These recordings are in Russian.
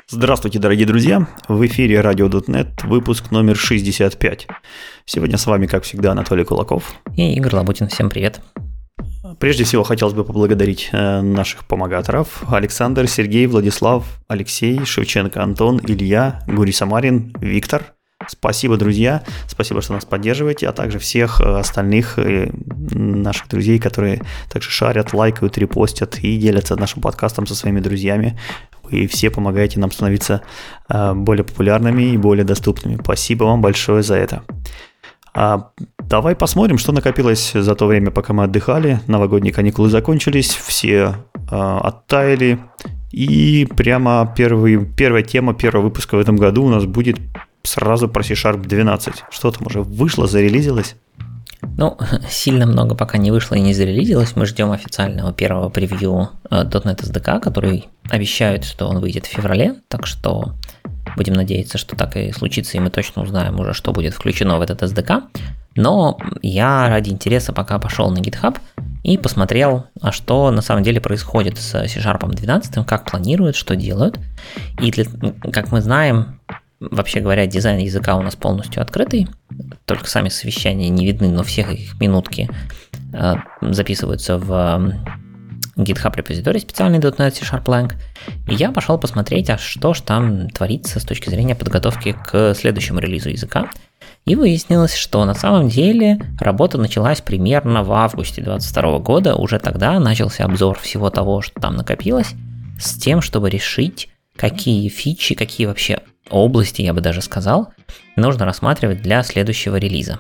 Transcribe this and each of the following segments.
Здравствуйте, дорогие друзья! В эфире Radio.net, выпуск номер 65. Сегодня с вами, как всегда, Анатолий Кулаков. И Игорь Лабутин. Всем привет. Прежде всего, хотелось бы поблагодарить наших помогаторов. Александр, Сергей, Владислав, Алексей, Шевченко, Антон, Илья, Гурий Самарин, Виктор. Спасибо, друзья, спасибо, что нас поддерживаете, а также всех остальных наших друзей, которые также шарят, лайкают, репостят и делятся нашим подкастом со своими друзьями. Вы все помогаете нам становиться более популярными и более доступными. Спасибо вам большое за это. Давай посмотрим, что накопилось за то время, пока мы отдыхали. Новогодние каникулы закончились, все оттаяли. И прямо первая тема первого выпуска в этом году у нас будет сразу про C# 12. Что там уже вышло, зарелизилось? Ну, сильно много пока не вышло и не зарелизилось. Мы ждем официального первого превью .NET SDK, который обещает, что он выйдет в феврале. Так что будем надеяться, что так и случится, и мы точно узнаем уже, что будет включено в этот SDK. Но я ради интереса пока пошел на GitHub и посмотрел, а что на самом деле происходит с C# 12, как планируют, что делают. И как мы знаем, вообще говоря, дизайн языка у нас полностью открытый, только сами совещания не видны, но все их минутки записываются в GitHub репозиторий специальный .NET C# Lang. И я пошел посмотреть, а что ж там творится с точки зрения подготовки к следующему релизу языка. И выяснилось, что на самом деле работа началась примерно в августе 2022 года. Уже тогда начался обзор всего того, что там накопилось, с тем, чтобы решить, какие фичи, какие вообще области, я бы даже сказал, нужно рассматривать для следующего релиза.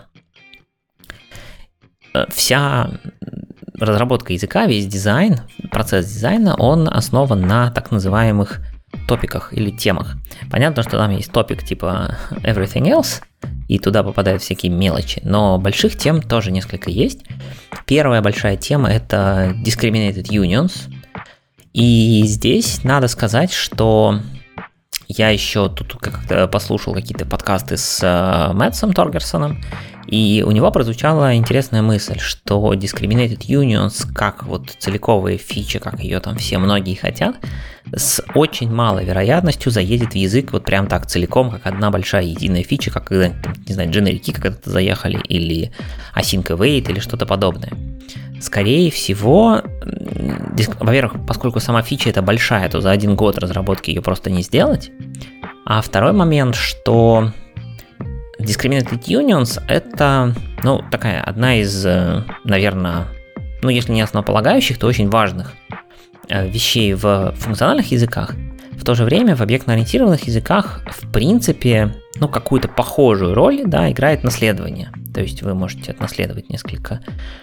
Вся разработка языка, весь дизайн, процесс дизайна, он основан на так называемых топиках или темах. Понятно, что там есть топик типа everything else, и туда попадают всякие мелочи, но больших тем тоже несколько есть. Первая большая тема – это discriminated unions, и здесь надо сказать, что я еще тут как-то послушал какие-то подкасты с Мэтсом Торгерсоном, и у него прозвучала интересная мысль, что discriminated unions, как вот целиковая фича, как ее там все многие хотят, с очень малой вероятностью заедет в язык вот прям так целиком, как одна большая единая фича, как когда-нибудь, не знаю, дженерики когда-то заехали, или async await, или что-то подобное. Скорее всего, во-первых, поскольку сама фича это большая, то за один год разработки ее просто не сделать. А второй момент, что discriminated unions это, такая одна из, наверное, если не основополагающих, то очень важных вещей в функциональных языках. В то же время в объектно-ориентированных языках, в принципе, какую-то похожую роль, играет наследование. То есть вы можете отнаследовать несколько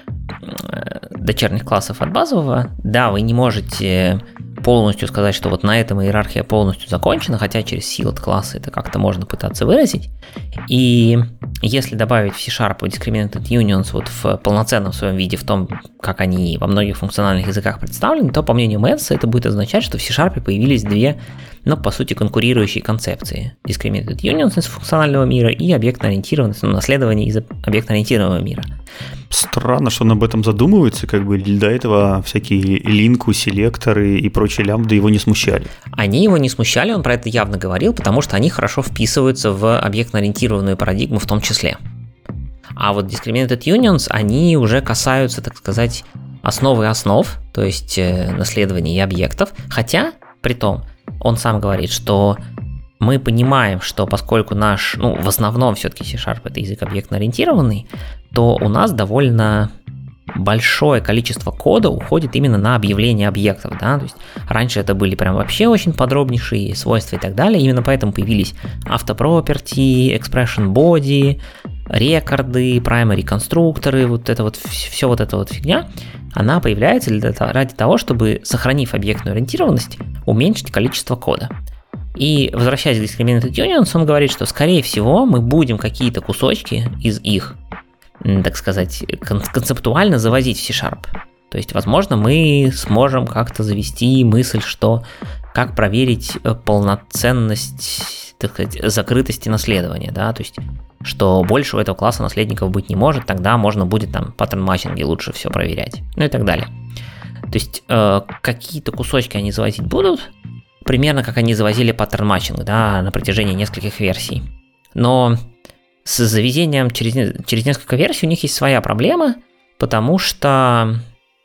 дочерних классов от базового. Да, вы не можете полностью сказать, что вот на этом иерархия полностью закончена, хотя через силот класса это как-то можно пытаться выразить. И если добавить в C# discriminated unions вот в полноценном своем виде, в том, как они во многих функциональных языках представлены, то, по мнению Мэтса, это будет означать, что в C# появились две, по сути, конкурирующие концепции. Discriminated unions из функционального мира и объектно-ориентированность, наследование из объектно-ориентированного мира. Странно, что он об этом задумывается, до этого всякие линку, селекторы и прочие лямбды его не смущали. Они его не смущали, он про это явно говорил, потому что они хорошо вписываются в объектно-ориентированную парадигму в том числе. А вот discriminated unions, они уже касаются, так сказать, основы основ, то есть наследования и объектов, хотя, при том, он сам говорит, что мы понимаем, что поскольку наш, в основном все-таки C# это язык объектно-ориентированный, то у нас довольно большое количество кода уходит именно на объявление объектов, то есть раньше это были прям вообще очень подробнейшие свойства и так далее, именно поэтому появились автопроперти, expression body, рекорды, primary конструкторы, все вот эта фигня, она появляется ради того, чтобы, сохранив объектную ориентированность, уменьшить количество кода. И возвращаясь к discriminated unions, он говорит, что скорее всего мы будем какие-то кусочки из их, так сказать, концептуально завозить в C#. То есть, возможно, мы сможем как-то завести мысль, что как проверить полноценность, так сказать, закрытости наследования, то есть, что больше у этого класса наследников быть не может, тогда можно будет паттерн-матчинги лучше все проверять, и так далее. То есть, какие-то кусочки они завозить будут, примерно как они завозили паттерн-матчинг, да, на протяжении нескольких версий. Но с завезением через несколько версий у них есть своя проблема, потому что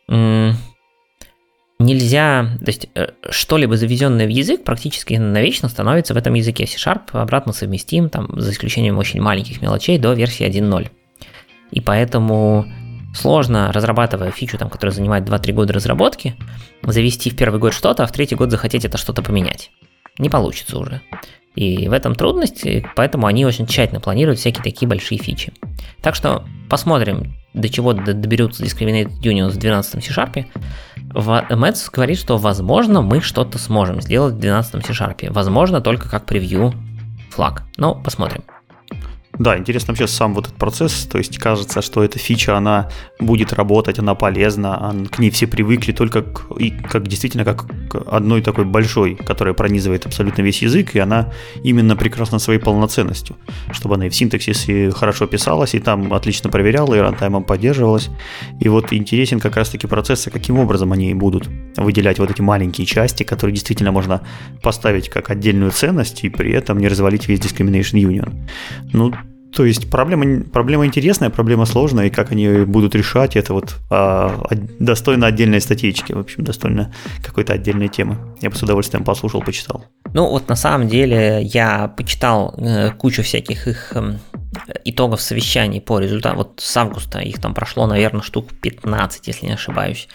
нельзя, то есть что-либо завезенное в язык практически навечно становится в этом языке. C# обратно совместим, там, за исключением очень маленьких мелочей, до версии 1.0. И поэтому сложно, разрабатывая фичу, там, которая занимает 2-3 года разработки, завести в первый год что-то, а в третий год захотеть это что-то поменять. Не получится уже. И в этом трудность, поэтому они очень тщательно планируют всякие такие большие фичи. Так что посмотрим, до чего доберутся Discriminated Unions в 12 C#. Мэтс говорит, что, возможно, мы что-то сможем сделать в 12 C#. Возможно, только как превью флаг. Но посмотрим. Да, интересно вообще сам вот этот процесс, то есть кажется, что эта фича, она будет работать, она полезна, к ней все привыкли только как действительно как к одной такой большой, которая пронизывает абсолютно весь язык, и она именно прекрасна своей полноценностью, чтобы она и в синтаксисе хорошо писалась, и там отлично проверяла, и рантаймом поддерживалась. И вот интересен как раз-таки процесс, каким образом они будут выделять вот эти маленькие части, которые действительно можно поставить как отдельную ценность, и при этом не развалить весь Discrimination Union. Ну, то есть проблема интересная, проблема сложная, и как они будут решать, это вот достойно отдельной статейки, в общем, достойно какой-то отдельной темы. Я бы с удовольствием послушал, почитал. Ну вот на самом деле я почитал кучу всяких их итогов совещаний по результатам, вот с августа их там прошло, наверное, штук 15, если не ошибаюсь,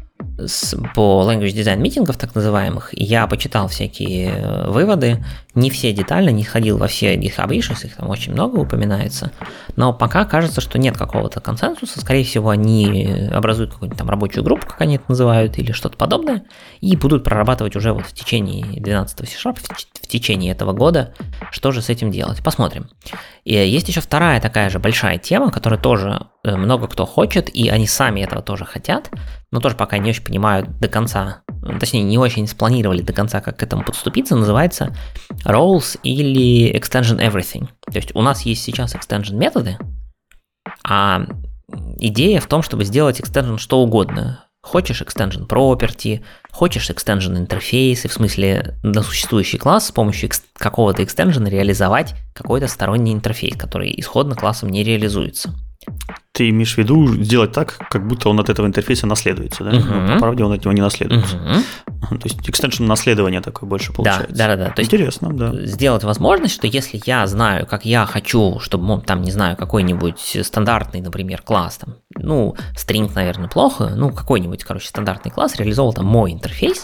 по language design митингов так называемых, и я почитал всякие выводы, не все детально, не ходил во все GitHub issues, их там очень много упоминается, но пока кажется, что нет какого-то консенсуса, скорее всего, они образуют какую-нибудь там рабочую группу, как они это называют, или что-то подобное, и будут прорабатывать уже вот в течение 12 C#, в течение этого года, что же с этим делать. Посмотрим. И есть еще вторая такая же большая тема, которую тоже много кто хочет, и они сами этого тоже хотят, но тоже пока не очень понимают до конца, точнее, не очень спланировали до конца, как к этому подступиться, называется roles или extension everything. То есть у нас есть сейчас extension методы, а идея в том, чтобы сделать extension что угодно. Хочешь extension property, хочешь extension интерфейс, и в смысле на существующий класс с помощью какого-то extension реализовать какой-то сторонний интерфейс, который исходно классом не реализуется. Ты имеешь в виду сделать так, как будто он от этого интерфейса наследуется, да? Но по правде он от него не наследуется. То есть экстеншн наследования такое больше получается. Да. То есть интересно, да. Сделать возможность, что если я знаю, как я хочу, чтобы там, не знаю, какой-нибудь стандартный, например, класс, там, ну, string, наверное, плохо, ну, какой-нибудь, короче, стандартный класс реализовал там мой интерфейс,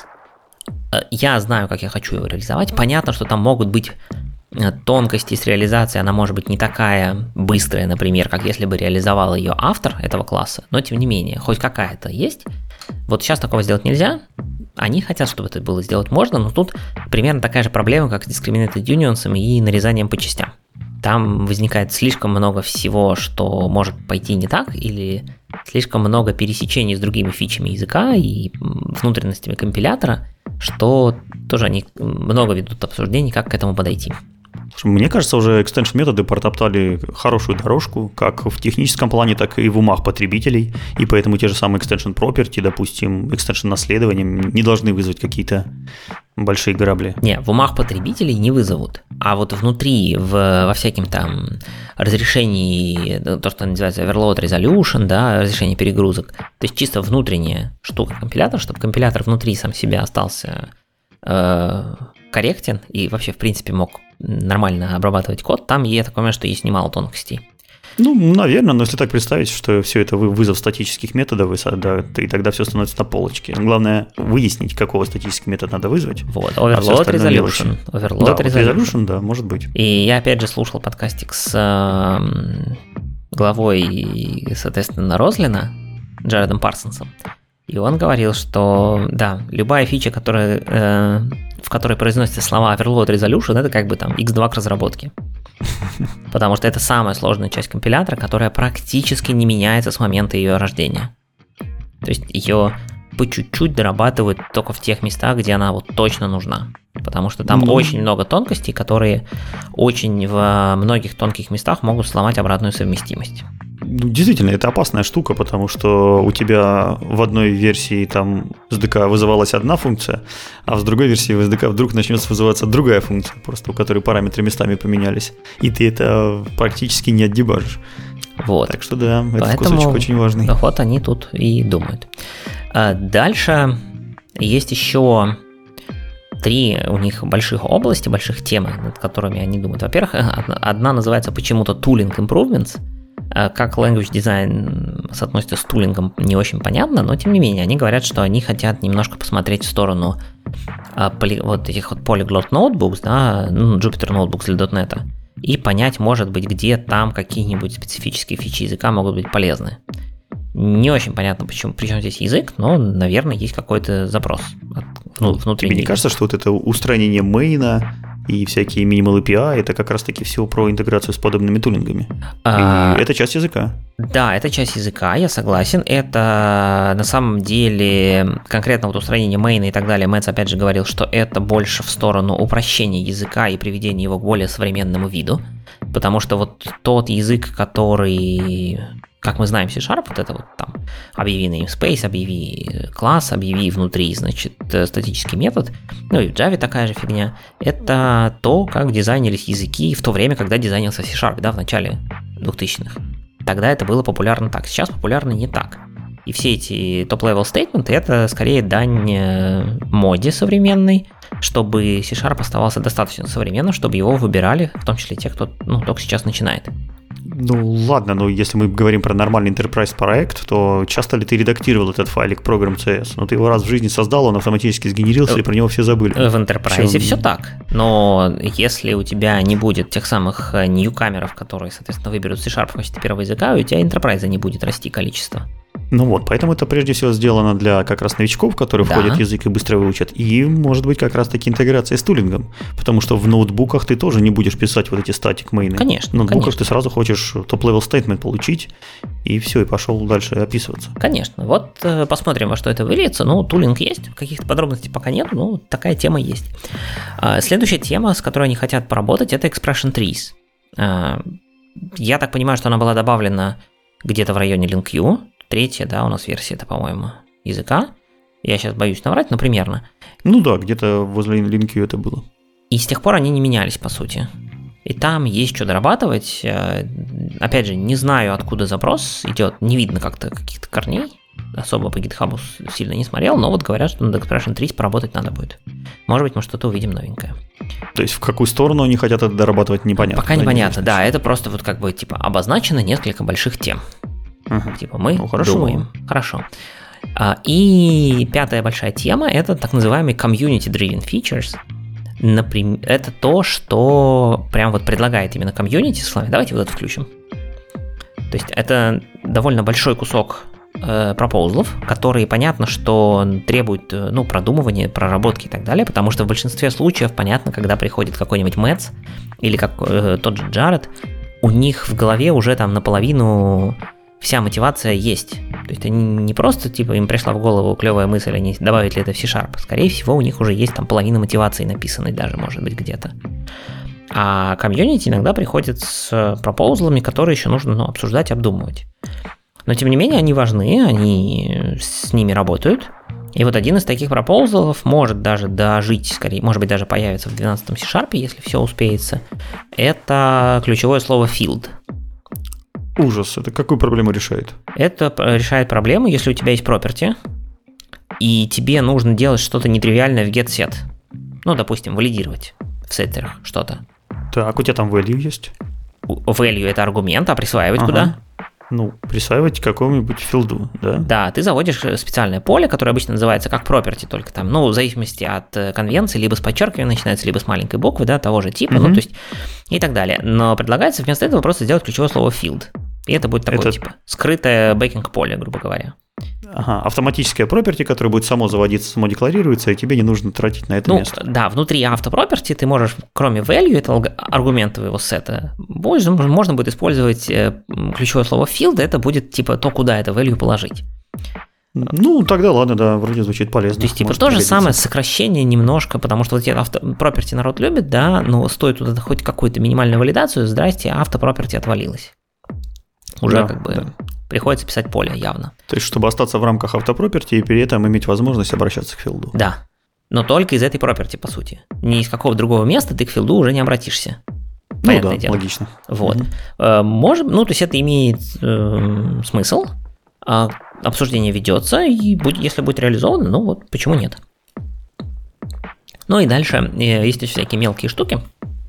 я знаю, как я хочу его реализовать. Понятно, что там могут быть тонкости с реализацией, она может быть не такая быстрая, например, как если бы реализовал ее автор этого класса, но тем не менее, хоть какая-то есть. Вот сейчас такого сделать нельзя, они хотят, чтобы это было сделать можно, но тут примерно такая же проблема, как с Discriminated Unions и нарезанием по частям. Там возникает слишком много всего, что может пойти не так, или слишком много пересечений с другими фичами языка и внутренностями компилятора, что тоже они много ведут обсуждений, как к этому подойти. Мне кажется, уже extension методы протоптали хорошую дорожку, как в техническом плане, так и в умах потребителей, и поэтому те же самые extension property, допустим, extension наследования не должны вызвать какие-то большие грабли. Не, в умах потребителей не вызовут, а вот внутри, во всяким там разрешении, то, что называется overload resolution, да, разрешение перегрузок, то есть чисто внутренняя штука компилятора, чтобы компилятор внутри сам себя остался корректен и вообще, в принципе, мог нормально обрабатывать код, там я так понимаю, что есть немало тонкостей. Ну, наверное, но если так представить, что все это вызов статических методов, и тогда все становится на полочке. Главное выяснить, какого статического метода надо вызвать. Вот, overload resolution. Overload resolution, да, может быть. И я опять же слушал подкастик с главой, соответственно, Розлина, Джаредом Парсонсом, и он говорил, что, да, любая фича, в которой произносятся слова overload resolution, это как бы там x2 к разработке. Потому что это самая сложная часть компилятора, которая практически не меняется с момента ее рождения. То есть ее по чуть-чуть дорабатывают только в тех местах, где она вот точно нужна. Потому что там очень много тонкостей, которые очень в многих тонких местах могут сломать обратную совместимость. Действительно, это опасная штука, потому что у тебя в одной версии там SDK вызывалась одна функция, а в другой версии в SDK вдруг начнется вызываться другая функция, просто у которой параметры местами поменялись, и ты это практически не отдебажишь. Вот. Так что да, этот кусочек очень важный. Вот они тут и думают. Дальше есть еще 3 у них больших области, больших темы, над которыми они думают. Во-первых, одна называется почему-то Tooling Improvements. Как language design соотносится с тулингом, не очень понятно, но тем не менее, они говорят, что они хотят немножко посмотреть в сторону вот этих вот Polyglot Notebooks, да, Jupyter Notebooks для .NET, и понять, может быть, где там какие-нибудь специфические фичи языка могут быть полезны. Не очень понятно, причем здесь язык, но, наверное, есть какой-то запрос внутренний. Тебе не кажется, что вот это устранение мейна и всякие minimal API, это как раз-таки все про интеграцию с подобными тулингами? Это часть языка. Да, это часть языка, я согласен. Это на самом деле конкретно вот устранение мейна и так далее. Мэтс опять же говорил, что это больше в сторону упрощения языка и приведения его к более современному виду. Потому что вот тот язык, который, как мы знаем, C#, вот это вот там объяви namespace, объяви класс, объяви внутри, значит, статический метод, ну и в Java такая же фигня, это то, как дизайнились языки в то время, когда дизайнился C#, да, в начале 2000-х. Тогда это было популярно так, сейчас популярно не так. И все эти топ-левел стейтменты это скорее дань моде современной, чтобы C# оставался достаточно современным, чтобы его выбирали, в том числе те, кто только сейчас начинает. Ну ладно, но если мы говорим про нормальный enterprise проект, то часто ли ты редактировал этот файлик Program.cs? Ну ты его раз в жизни создал, он автоматически сгенерился, и про него все забыли. В enterprise все так, но если у тебя не будет тех самых ньюкамеров, которые, соответственно, выберут C# в качестве первого языка, у тебя enterprise не будет расти количество. Ну вот, поэтому это прежде всего сделано для как раз новичков, которые входят в язык и быстро выучат, и может быть как раз таки интеграция с тулингом, потому что в ноутбуках ты тоже не будешь писать вот эти статик-мейны. Конечно. В ноутбуках ты сразу хочешь топ-левел стейтмент получить, и все, и пошел дальше описываться. Конечно. Вот посмотрим, во что это выльется. Ну, тулинг есть, каких-то подробностей пока нет, но такая тема есть. Следующая тема, с которой они хотят поработать, это expression trees. Я так понимаю, что она была добавлена где-то в районе LINQ. 3-я, да, у нас версия, это, по-моему, языка. Я сейчас боюсь наврать, но примерно. Ну да, где-то возле LINQ это было. И с тех пор они не менялись, по сути. И там есть что дорабатывать. Опять же, не знаю, откуда запрос идет. Не видно как-то каких-то корней. Особо по GitHub сильно не смотрел, но вот говорят, что над Expression 3 поработать надо будет. Может быть, мы что-то увидим новенькое. То есть в какую сторону они хотят это дорабатывать, непонятно. Пока непонятно, да. Это просто вот как бы типа обозначено несколько больших тем. Типа мы думаем. Хорошо. И 5-я большая тема – это так называемые community-driven features. Например, это то, что прям вот предлагает именно комьюнити с вами. Давайте вот это включим. То есть это довольно большой кусок пропозалов, которые понятно, что требуют продумывания, проработки и так далее, потому что в большинстве случаев понятно, когда приходит какой-нибудь Мэтс или как тот же Джаред, у них в голове уже там наполовину вся мотивация есть. То есть они не просто, типа, им пришла в голову клевая мысль, они добавят ли это в C#. Скорее всего, у них уже есть там половина мотивации написанной даже, может быть, где-то. А комьюнити иногда приходит с пропозалами, которые еще нужно обсуждать, обдумывать. Но, тем не менее, они важны, они с ними работают. И вот один из таких пропозалов может даже дожить, скорее, может быть, даже появится в 12-м C#, если все успеется. Это ключевое слово field. Ужас, это какую проблему решает? Это решает проблему, если у тебя есть property, и тебе нужно делать что-то нетривиальное в getSet. Ну, допустим, валидировать в сеттерах что-то. Так, у тебя там value есть? Value – это аргумент, а присваивать куда? Ну, присваивать какому-нибудь филду, да? Да, ты заводишь специальное поле, которое обычно называется как property, только там, в зависимости от конвенции, либо с подчеркиванием начинается, либо с маленькой буквы, да, того же типа, то есть и так далее. Но предлагается вместо этого просто сделать ключевое слово field. И это будет такое, типа, скрытое бэкинг-поле, грубо говоря. Ага, автоматическое property, которое будет само заводиться, само декларируется, и тебе не нужно тратить на это место. Да, внутри автопроперти ты можешь, кроме value, это аргумент твоего сета, можно будет использовать ключевое слово field, это будет типа то, куда это value положить. Ну, тогда ладно, да, вроде звучит полезно. То есть, типа, то же самое сокращение немножко, потому что вот эти автопроперти народ любит, да, но стоит туда хоть какую-то минимальную валидацию, здрасте, автопроперти отвалилось. уже приходится писать поле явно. То есть, чтобы остаться в рамках автопроперти и при этом иметь возможность обращаться к филду. Да, но только из этой проперти, по сути. Ни из какого другого места ты к филду уже не обратишься. Понятное дело. Логично. Вот. То есть это имеет смысл, обсуждение ведется, и если будет реализовано, почему нет? Ну и дальше есть еще всякие мелкие штуки,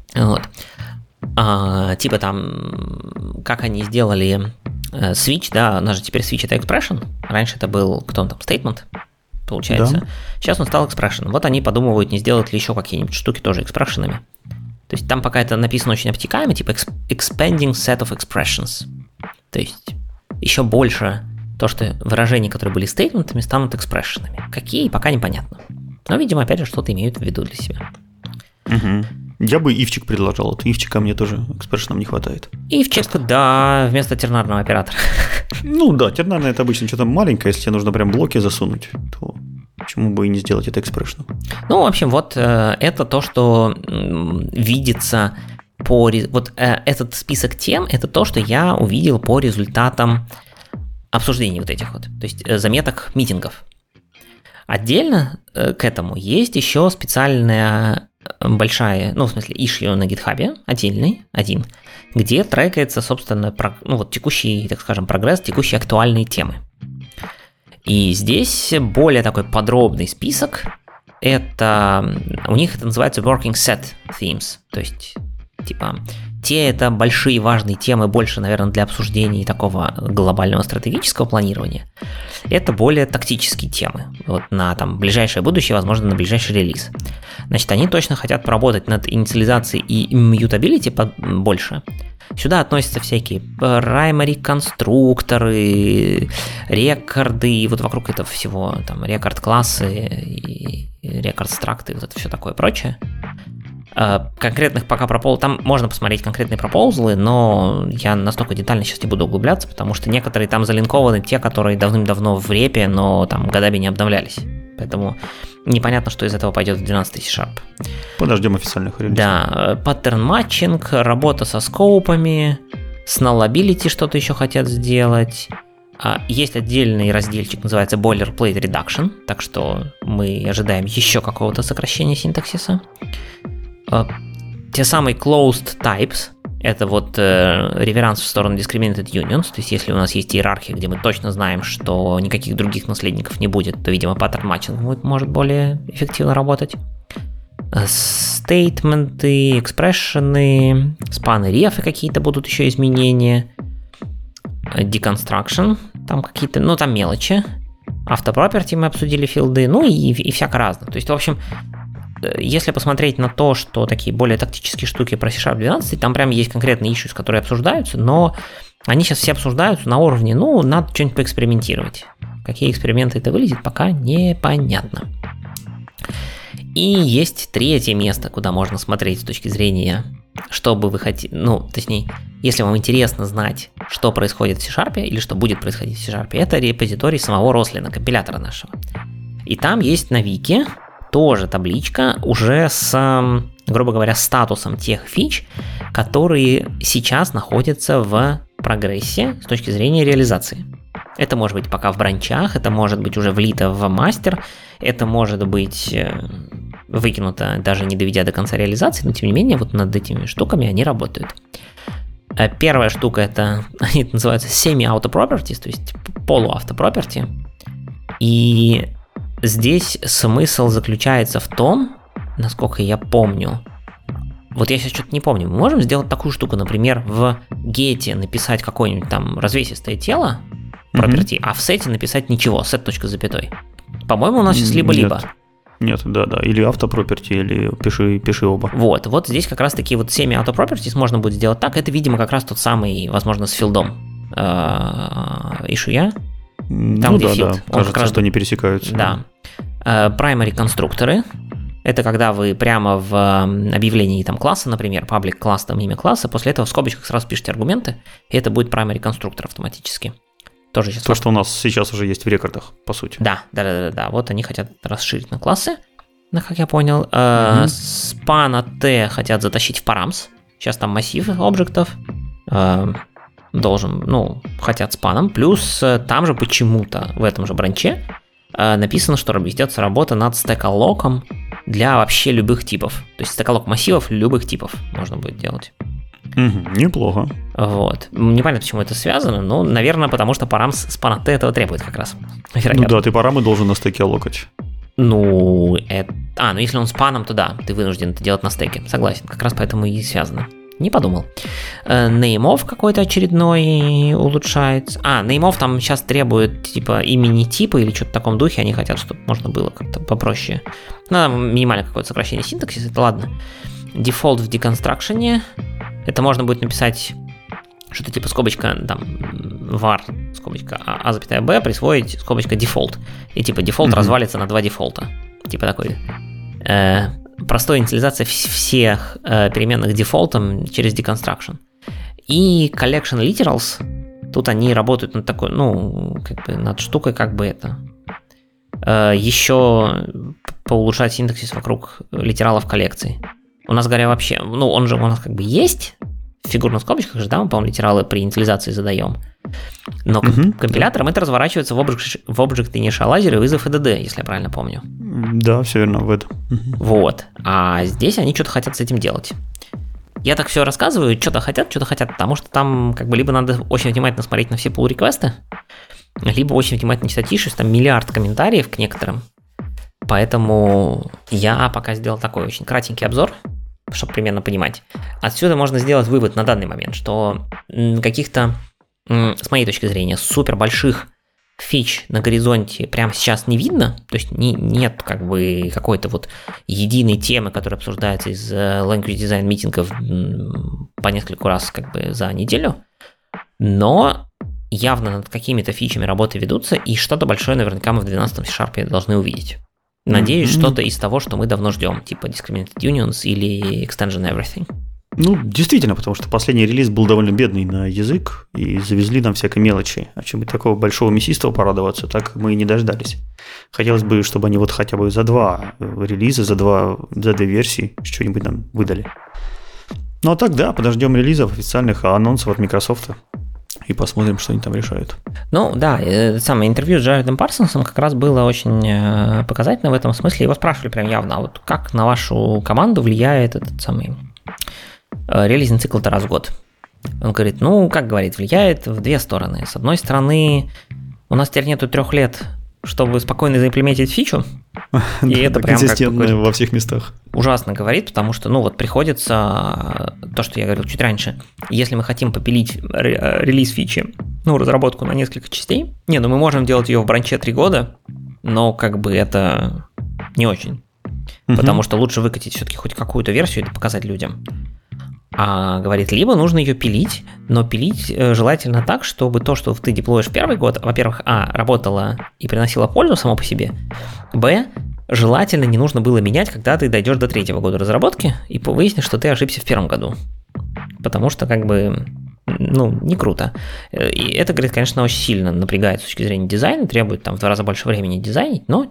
типа там, как они сделали switch, да, у нас же теперь switch это expression, раньше это был, statement, получается, сейчас он стал expression, вот они подумывают, не сделать ли еще какие-нибудь штуки тоже экспрессионами. То есть там пока это написано очень обтекаемо, типа expanding set of expressions. То есть еще больше то, что выражения, которые были стейтментами, станут экспрессионами. Какие, пока непонятно. Но, видимо, опять же, что-то имеют в виду для себя. Угу. Я бы ивчик предложил. Вот ивчика мне тоже экспрессионам не хватает. Ивчик, да, вместо тернарного оператора. Ну да, тернарное это обычно что-то маленькое, если тебе нужно прям блоки засунуть, то почему бы и не сделать это экспрессионом? Ну, в общем, вот это то, что видится по... Вот этот список тем, это то, что я увидел по результатам обсуждений вот этих вот, то есть заметок митингов. Отдельно к этому есть еще специальная большая, issue на GitHub, один, где трекается, собственно, текущий, так скажем, прогресс, текущие актуальные темы. И здесь более такой подробный список. У них это называется working set themes, то есть, типа, это большие важные темы, больше, наверное, для обсуждения такого глобального стратегического планирования. Это более тактические темы. Вот на ближайшее будущее, возможно, на ближайший релиз. Значит, они точно хотят поработать над инициализацией и immutability больше. Сюда относятся всякие primary конструкторы, рекорды, и вот вокруг этого всего, там, рекорд-классы и рекорд-стракты, вот это все такое прочее. Конкретных пока там можно посмотреть конкретные пропозалы, но я настолько детально сейчас не буду углубляться, потому что некоторые там залинкованы, те, которые давным-давно в репе, но там годами не обновлялись. Поэтому непонятно, что из этого пойдет в 12 C#. Подождем официальных релизов. Да, паттерн-матчинг, работа со скоупами, с nullability что-то еще хотят сделать. Есть отдельный разделчик, называется Boilerplate Reduction, так что мы ожидаем еще какого-то сокращения синтаксиса. Те самые closed types, это вот реверанс в сторону discriminated unions, то есть если у нас есть иерархия, где мы точно знаем, что никаких других наследников не будет, то, видимо, паттерн матчинг может более эффективно работать. Стейтменты, экспрессионы, спаны, рефы какие-то будут еще изменения. Deconstruction, там какие-то, там мелочи. Автопроперти мы обсудили, филды, и всяко разное. То есть, в общем, если посмотреть на то, что такие более тактические штуки про C# 12, там прям есть конкретные issues, которые обсуждаются, но они сейчас все обсуждаются на уровне, надо что-нибудь поэкспериментировать. Какие эксперименты это вылезет, пока непонятно. И есть третье место, куда можно смотреть с точки зрения, что бы вы хотели, точнее, если вам интересно знать, что происходит в C# или что будет происходить в C#, это репозиторий самого Рослина, компилятора нашего. И там есть на вики тоже табличка уже с, грубо говоря, статусом тех фич, которые сейчас находятся в прогрессе с точки зрения реализации. Это может быть пока в бранчах, это может быть уже влито в мастер, это может быть выкинуто, даже не доведя до конца реализации, но тем не менее вот над этими штуками они работают. Первая штука это, они называются semi-auto-properties, то есть полу-автопроперти. И здесь смысл заключается в том, насколько я помню, вот я сейчас что-то не помню, мы можем сделать такую штуку, например, в гете написать какое-нибудь там развесистое тело, property, а в сете написать ничего, set.запятой. По-моему, у нас сейчас либо-либо. Нет, да, или автопроперти, или пиши оба. Вот здесь как раз таки вот semi-auto-properties можно будет сделать так, это, видимо, как раз тот самый, возможно, с филдом issue. Там, где field. Кажется, что они пересекаются. Да. Primary конструкторы. Это когда вы прямо в объявлении там класса, например, public класс, там имя класса, после этого в скобочках сразу пишете аргументы, и это будет primary конструктор автоматически. Тоже сейчас. То, что у нас сейчас уже есть в рекордах, по сути. Да. Вот они хотят расширить на классы, как я понял. Span от T хотят затащить в params. Сейчас там массив объектов. должен, хотят с паном, плюс там же почему-то в этом же бранче написано, что ведется работа над стек-аллоком для вообще любых типов. То есть стек-аллок массивов любых типов можно будет делать. Неплохо. Вот. Непонятно, почему это связано, но, наверное, потому что парам с пана Т этого требует как раз. Вероятно. Ты парамы должен на стеке аллокать. Если он с паном, то да, ты вынужден это делать на стеке. Согласен, как раз поэтому и связано. Не подумал. Name-off какой-то очередной улучшается. Name-off там сейчас требует типа имени типа или что-то в таком духе. Они хотят, чтобы можно было как-то попроще. Минимальное какое-то сокращение синтаксиса, это ладно. Дефолт в деконстракшене. Это можно будет написать что-то типа скобочка там var, скобочка а запятая b, присвоить скобочка дефолт. И типа дефолт развалится на два дефолта. Типа такой. Простая инициализация всех переменных дефолтом через deconstruction. И collection literals, тут они работают над такой, над штукой, еще поулучшать синтаксис вокруг литералов коллекции. У нас, говоря, вообще, он же у нас есть в фигурных скобочках же, да, мы, по-моему, литералы при инициализации задаем. Но компилятором это разворачивается в Object Initializer и вызов EDD, если я правильно помню. Да, все верно, в этом. Вот. А здесь они что-то хотят с этим делать. Я так все рассказываю, что-то хотят, потому что там либо надо очень внимательно смотреть на все pull-реквесты, либо очень внимательно читать issues, там миллиард комментариев к некоторым. Поэтому я пока сделал такой очень кратенький обзор, чтобы примерно понимать. Отсюда можно сделать вывод на данный момент, что каких-то, с моей точки зрения, супер больших фич на горизонте прямо сейчас не видно, то есть нет какой-то единой темы, которая обсуждается из language design митингов по нескольку раз за неделю, но явно над какими-то фичами работы ведутся, и что-то большое наверняка мы в 12-м C# должны увидеть. Надеюсь, что-то из того, что мы давно ждем, типа Discriminated Unions или Extension Everything. Действительно, потому что последний релиз был довольно бедный на язык, и завезли нам всякой мелочи. А чем бы такого большого мясистого порадоваться, так мы и не дождались. Хотелось бы, чтобы они хотя бы за 2 релиза, за 2 версии что-нибудь нам выдали. А так, да, подождем релизов, официальных анонсов от Microsoft и посмотрим, что они там решают. Самое интервью с Джаредом Парсонсом как раз было очень показательно в этом смысле. Его спрашивали прям явно, как на вашу команду влияет этот самый релизный цикл раз в год. Он говорит, влияет в 2 стороны. С одной стороны, у нас теперь нету 3 лет, чтобы спокойно заимплементить фичу. И это прям консистентно во всех местах. Ужасно говорит, потому что, приходится то, что я говорил чуть раньше. Если мы хотим попилить релиз фичи, разработку на несколько частей, мы можем делать ее в бранче 3 года, но это не очень. Потому что лучше выкатить все-таки хоть какую-то версию и показать людям. А говорит, либо нужно ее пилить, но пилить желательно так, чтобы то, что ты деплоишь в первый год, во-первых, работало и приносило пользу само по себе, желательно не нужно было менять, когда ты дойдешь до 3-го года разработки и выяснишь, что ты ошибся в 1-м году. Потому что не круто. И это, говорит, конечно, очень сильно напрягает с точки зрения дизайна, требует в 2 раза больше времени дизайнить, но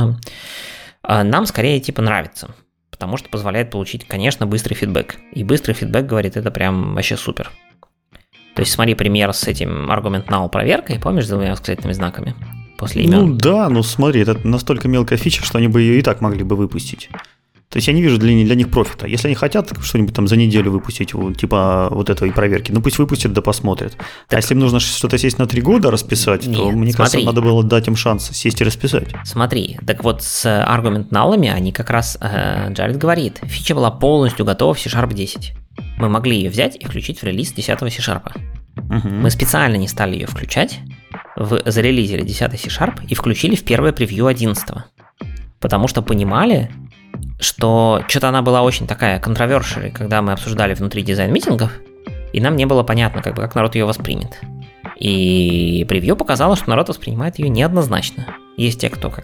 нам скорее нравится. Потому что позволяет получить, конечно, быстрый фидбэк. И быстрый фидбэк, говорит, это прям вообще супер. То есть смотри пример с этим argument null проверкой, помнишь, с 2 восклицательными знаками после имен? Смотри, это настолько мелкая фича, что они бы ее и так могли бы выпустить. То есть я не вижу для них профита. Если они хотят что-нибудь за неделю выпустить, типа этой проверки, пусть выпустят, да посмотрят. А если им нужно что-то сесть на 3 года расписать, то, мне кажется, надо было дать им шанс сесть и расписать. Смотри, так вот с argument null'ами они как раз, Джаред говорит, фича была полностью готова в C# 10. Мы могли ее взять и включить в релиз 10-го C#. Мы специально не стали ее включать, зарелизили 10-й C# и включили в первое превью 11-го. Потому что понимали, что что-то она была очень такая контровершерой, когда мы обсуждали внутри дизайн-митингов, и нам не было понятно, как народ ее воспримет. И превью показало, что народ воспринимает ее неоднозначно. Есть те, кто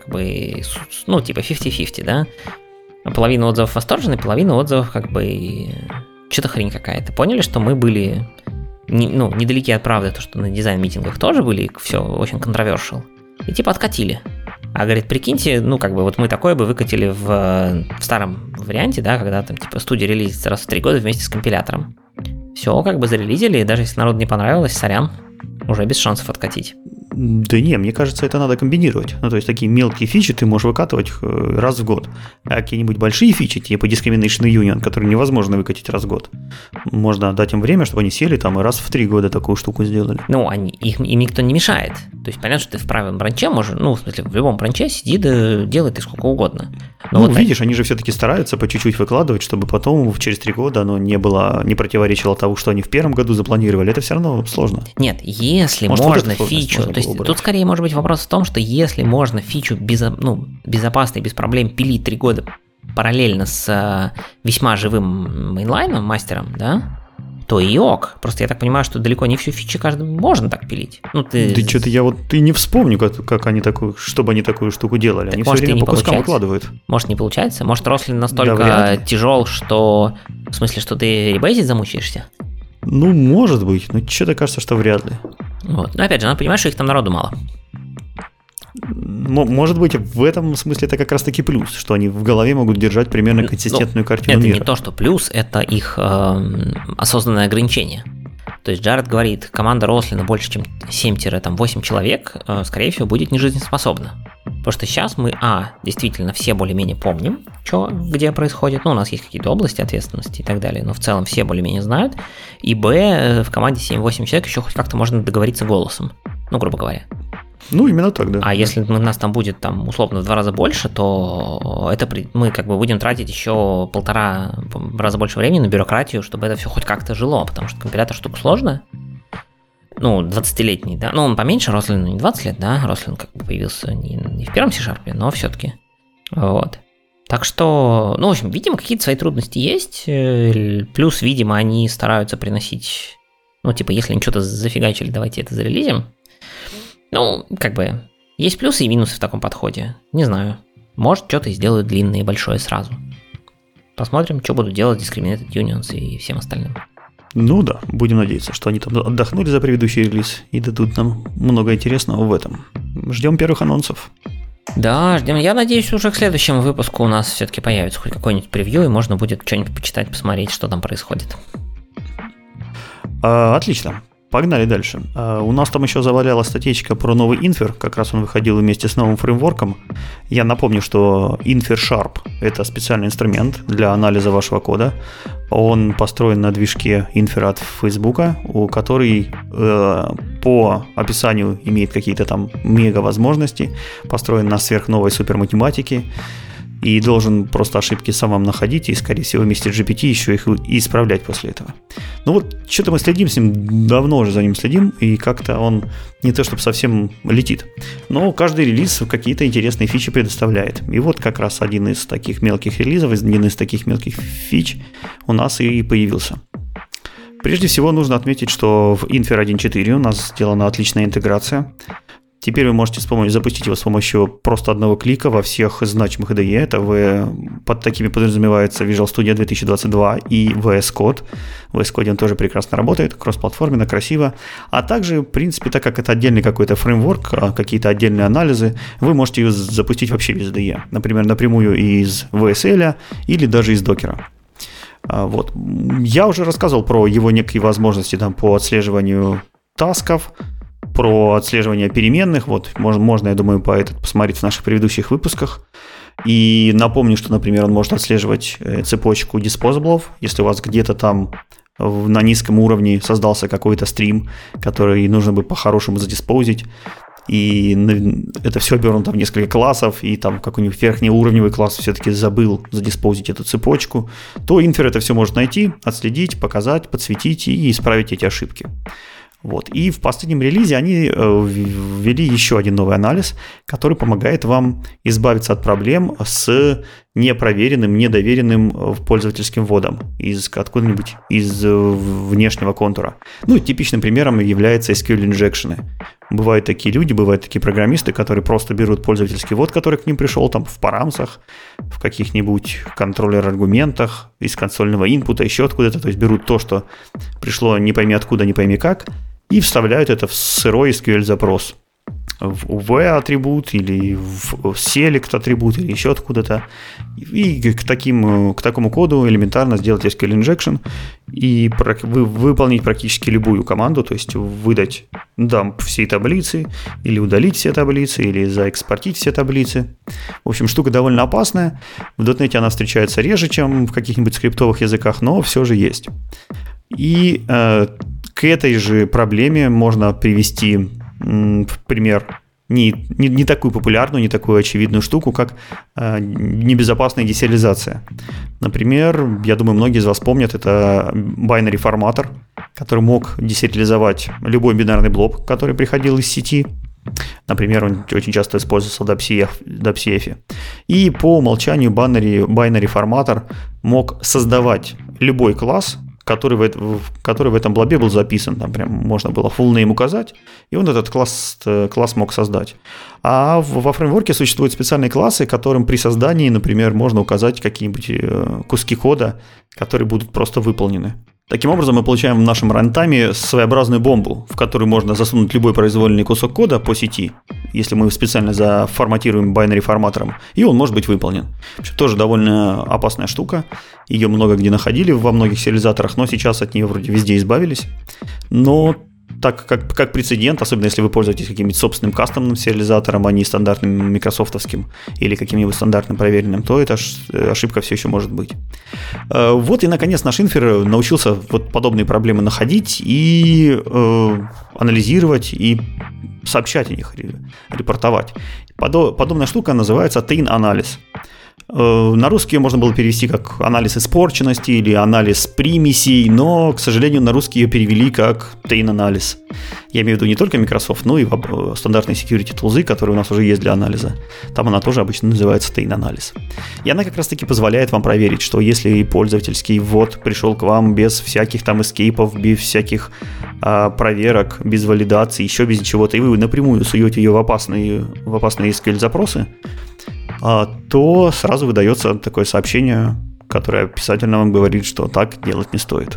50-50, да? Половина отзывов восторжены, половина отзывов что-то хрень какая-то. Поняли, что мы были недалеки от правды, то, что на дизайн-митингах тоже были, все очень контровершил. И откатили. А говорит, прикиньте, мы такое бы выкатили в старом варианте, да, когда студия релизится раз в 3 года вместе с компилятором. Все, как бы зарелизили, и даже если народу не понравилось, сорян, уже без шансов откатить. Да не, мне кажется, это надо комбинировать. Ну, то есть такие мелкие фичи ты можешь выкатывать раз в год. А какие-нибудь большие фичи, типа Discrimination Union, которые невозможно выкатить раз в год, можно дать им время, чтобы они сели там и раз в 3 года такую штуку сделали. Ну, им никто не мешает. То есть понятно, что ты в правильном бранче можешь, ну, в смысле, в любом бранче сиди, да делай ты сколько угодно. Но вот видишь, они же все-таки стараются по чуть-чуть выкладывать, чтобы потом через 3 года оно не противоречило тому, что они в первом году запланировали. Это все равно сложно. Нет, если может, можно фичу, то есть тут скорее может быть вопрос в том, что если можно фичу безопасно и без проблем пилить 3 года параллельно с весьма живым мейнлайном, мастером, да, то и ок. Просто я так понимаю, что далеко не всю фичу каждому можно так пилить. Ну, ты что-то ты не вспомню, как они чтобы они такую штуку делали. Они все время по кускам выкладывают. Может, не получается? Может, Рослин настолько тяжел, что в смысле, что ты ребейзить замучаешься? Ну, может быть, но что-то кажется, что вряд ли. Вот. Но опять же, надо понимать, что их там народу мало. Может быть, в этом смысле это как раз-таки плюс, что они в голове могут держать примерно консистентную картину мира. Это не то, что плюс, это их осознанное ограничение. То есть Джаред говорит, команда Рослина больше, чем 7-8 человек, скорее всего, будет нежизнеспособна. Потому что сейчас мы, действительно, все более-менее помним, что где происходит. Ну, у нас есть какие-то области ответственности и так далее, но в целом все более-менее знают. И, в команде 7-8 человек еще хоть как-то можно договориться голосом. Ну, грубо говоря. Ну, именно так, да. А если нас там будет, там, условно, в 2 раза больше, то мы как бы будем тратить еще 1,5 раза больше времени на бюрократию, чтобы это все хоть как-то жило, потому что компилятор штука сложная. Ну, 20-летний, да. Ну, он поменьше, Рослину не 20 лет, да. Рослин как бы появился не в первом C#, но все-таки. Вот. Так что, ну, в общем, видимо, какие-то свои трудности есть. Плюс, видимо, они стараются приносить, ну, типа, если они что-то зафигачили, давайте это зарелизим. Ну, как бы, есть плюсы и минусы в таком подходе. Не знаю. Может, что-то сделают длинное и большое сразу. Посмотрим, что будут делать Discriminated Unions и всем остальным. Ну да, будем надеяться, что они там отдохнули за предыдущий релиз и дадут нам много интересного в этом. Ждем первых анонсов. Да, ждем. Я надеюсь, уже к следующему выпуску у нас все-таки появится хоть какой-нибудь превью, и можно будет что-нибудь почитать, посмотреть, что там происходит. Отлично. Погнали дальше. У нас там еще завалялась статейка про новый Infer, как раз он выходил вместе с новым фреймворком. Я напомню, что Infer Sharp – это специальный инструмент для анализа вашего кода. Он построен на движке Infer от Facebook, который по описанию имеет какие-то там мега-возможности, построен на сверхновой суперматематике и должен просто ошибки сам вам находить и, скорее всего, вместе с GPT еще их и исправлять после этого. Ну вот, что-то мы следим с ним, давно уже за ним следим, и как-то он не то чтобы совсем летит. Но каждый релиз какие-то интересные фичи предоставляет. И вот как раз один из таких мелких релизов, один из таких мелких фич у нас и появился. Прежде всего нужно отметить, что в Infer 1.4 у нас сделана отличная интеграция. Теперь вы можете запустить его с помощью просто одного клика во всех значимых IDE. Это под такими подразумевается Visual Studio 2022 и VS Code. В VS Code он тоже прекрасно работает, кроссплатформенно, красиво. А также, в принципе, так как это отдельный какой-то фреймворк, какие-то отдельные анализы, вы можете его запустить вообще без IDE. Например, напрямую из VSL или даже из докера. Вот. Я уже рассказывал про его некие возможности там, по отслеживанию тасков, про отслеживание переменных, вот, можно, я думаю, посмотреть в наших предыдущих выпусках. И напомню, что, например, он может отслеживать цепочку disposables, если у вас где-то там на низком уровне создался какой-то стрим, который нужно бы по-хорошему задиспозить, и это все обернуто в несколько классов, и там какой-нибудь верхнеуровневый класс все-таки забыл задиспозить эту цепочку, то Infer это все может найти, отследить, показать, подсветить и исправить эти ошибки. Вот. И в последнем релизе они ввели еще один новый анализ, который помогает вам избавиться от проблем с непроверенным, недоверенным пользовательским вводом откуда-нибудь из внешнего контура. Ну, типичным примером является SQL инжекшены. Бывают такие люди, бывают такие программисты, которые просто берут пользовательский ввод, который к ним пришел там в парамсах, в каких-нибудь контроллер-аргументах, из консольного инпута, еще откуда-то, то есть берут то, что пришло не пойми откуда, не пойми как, и вставляют это в сырой SQL-запрос. v-атрибут или в select-атрибут или еще откуда-то. И к такому коду элементарно сделать SQL injection и выполнить практически любую команду, то есть выдать дамп всей таблицы, или удалить все таблицы, или заэкспортить все таблицы. В общем, штука довольно опасная. В .NET она встречается реже, чем в каких-нибудь скриптовых языках, но все же есть. И к этой же проблеме можно привести в пример не такую популярную, не такую очевидную штуку, как небезопасная десериализация. Например, я думаю, многие из вас помнят, это binary форматор, который мог десериализовать любой бинарный блок, который приходил из сети. Например, он очень часто использовался в WCF. И по умолчанию binary форматор мог создавать любой класс, который в этом блобе был записан. Там прям можно было full name указать, и он этот класс мог создать. А во фреймворке существуют специальные классы, которым при создании, например, можно указать какие-нибудь куски кода, которые будут просто выполнены. Таким образом, мы получаем в нашем рантайме своеобразную бомбу, в которую можно засунуть любой произвольный кусок кода по сети, если мы его специально заформатируем binary форматором, и он может быть выполнен. Тоже довольно опасная штука. Ее много где находили во многих сериализаторах, но сейчас от нее вроде везде избавились. Но так как прецедент, особенно если вы пользуетесь каким-нибудь собственным кастомным сериализатором, а не стандартным микрософтовским или каким-нибудь стандартным проверенным, то эта ошибка все еще может быть. Вот и, наконец, наш инфер научился вот подобные проблемы находить и анализировать, и сообщать о них, репортовать. Подобная штука называется tain-анализ. На русский ее можно было перевести как анализ испорченности или анализ примесей, но, к сожалению, на русский ее перевели как tain-анализ. Я имею в виду не только Microsoft, но и стандартные security тулзы, которые у нас уже есть для анализа. Там она тоже обычно называется tain-анализ. И она как раз-таки позволяет вам проверить, что если пользовательский ввод пришел к вам без всяких там эскейпов, без всяких проверок, без валидации, еще без чего-то, и вы напрямую суете ее в опасные SQL-запросы, то сразу выдается такое сообщение, которое обязательно вам говорит, что так делать не стоит.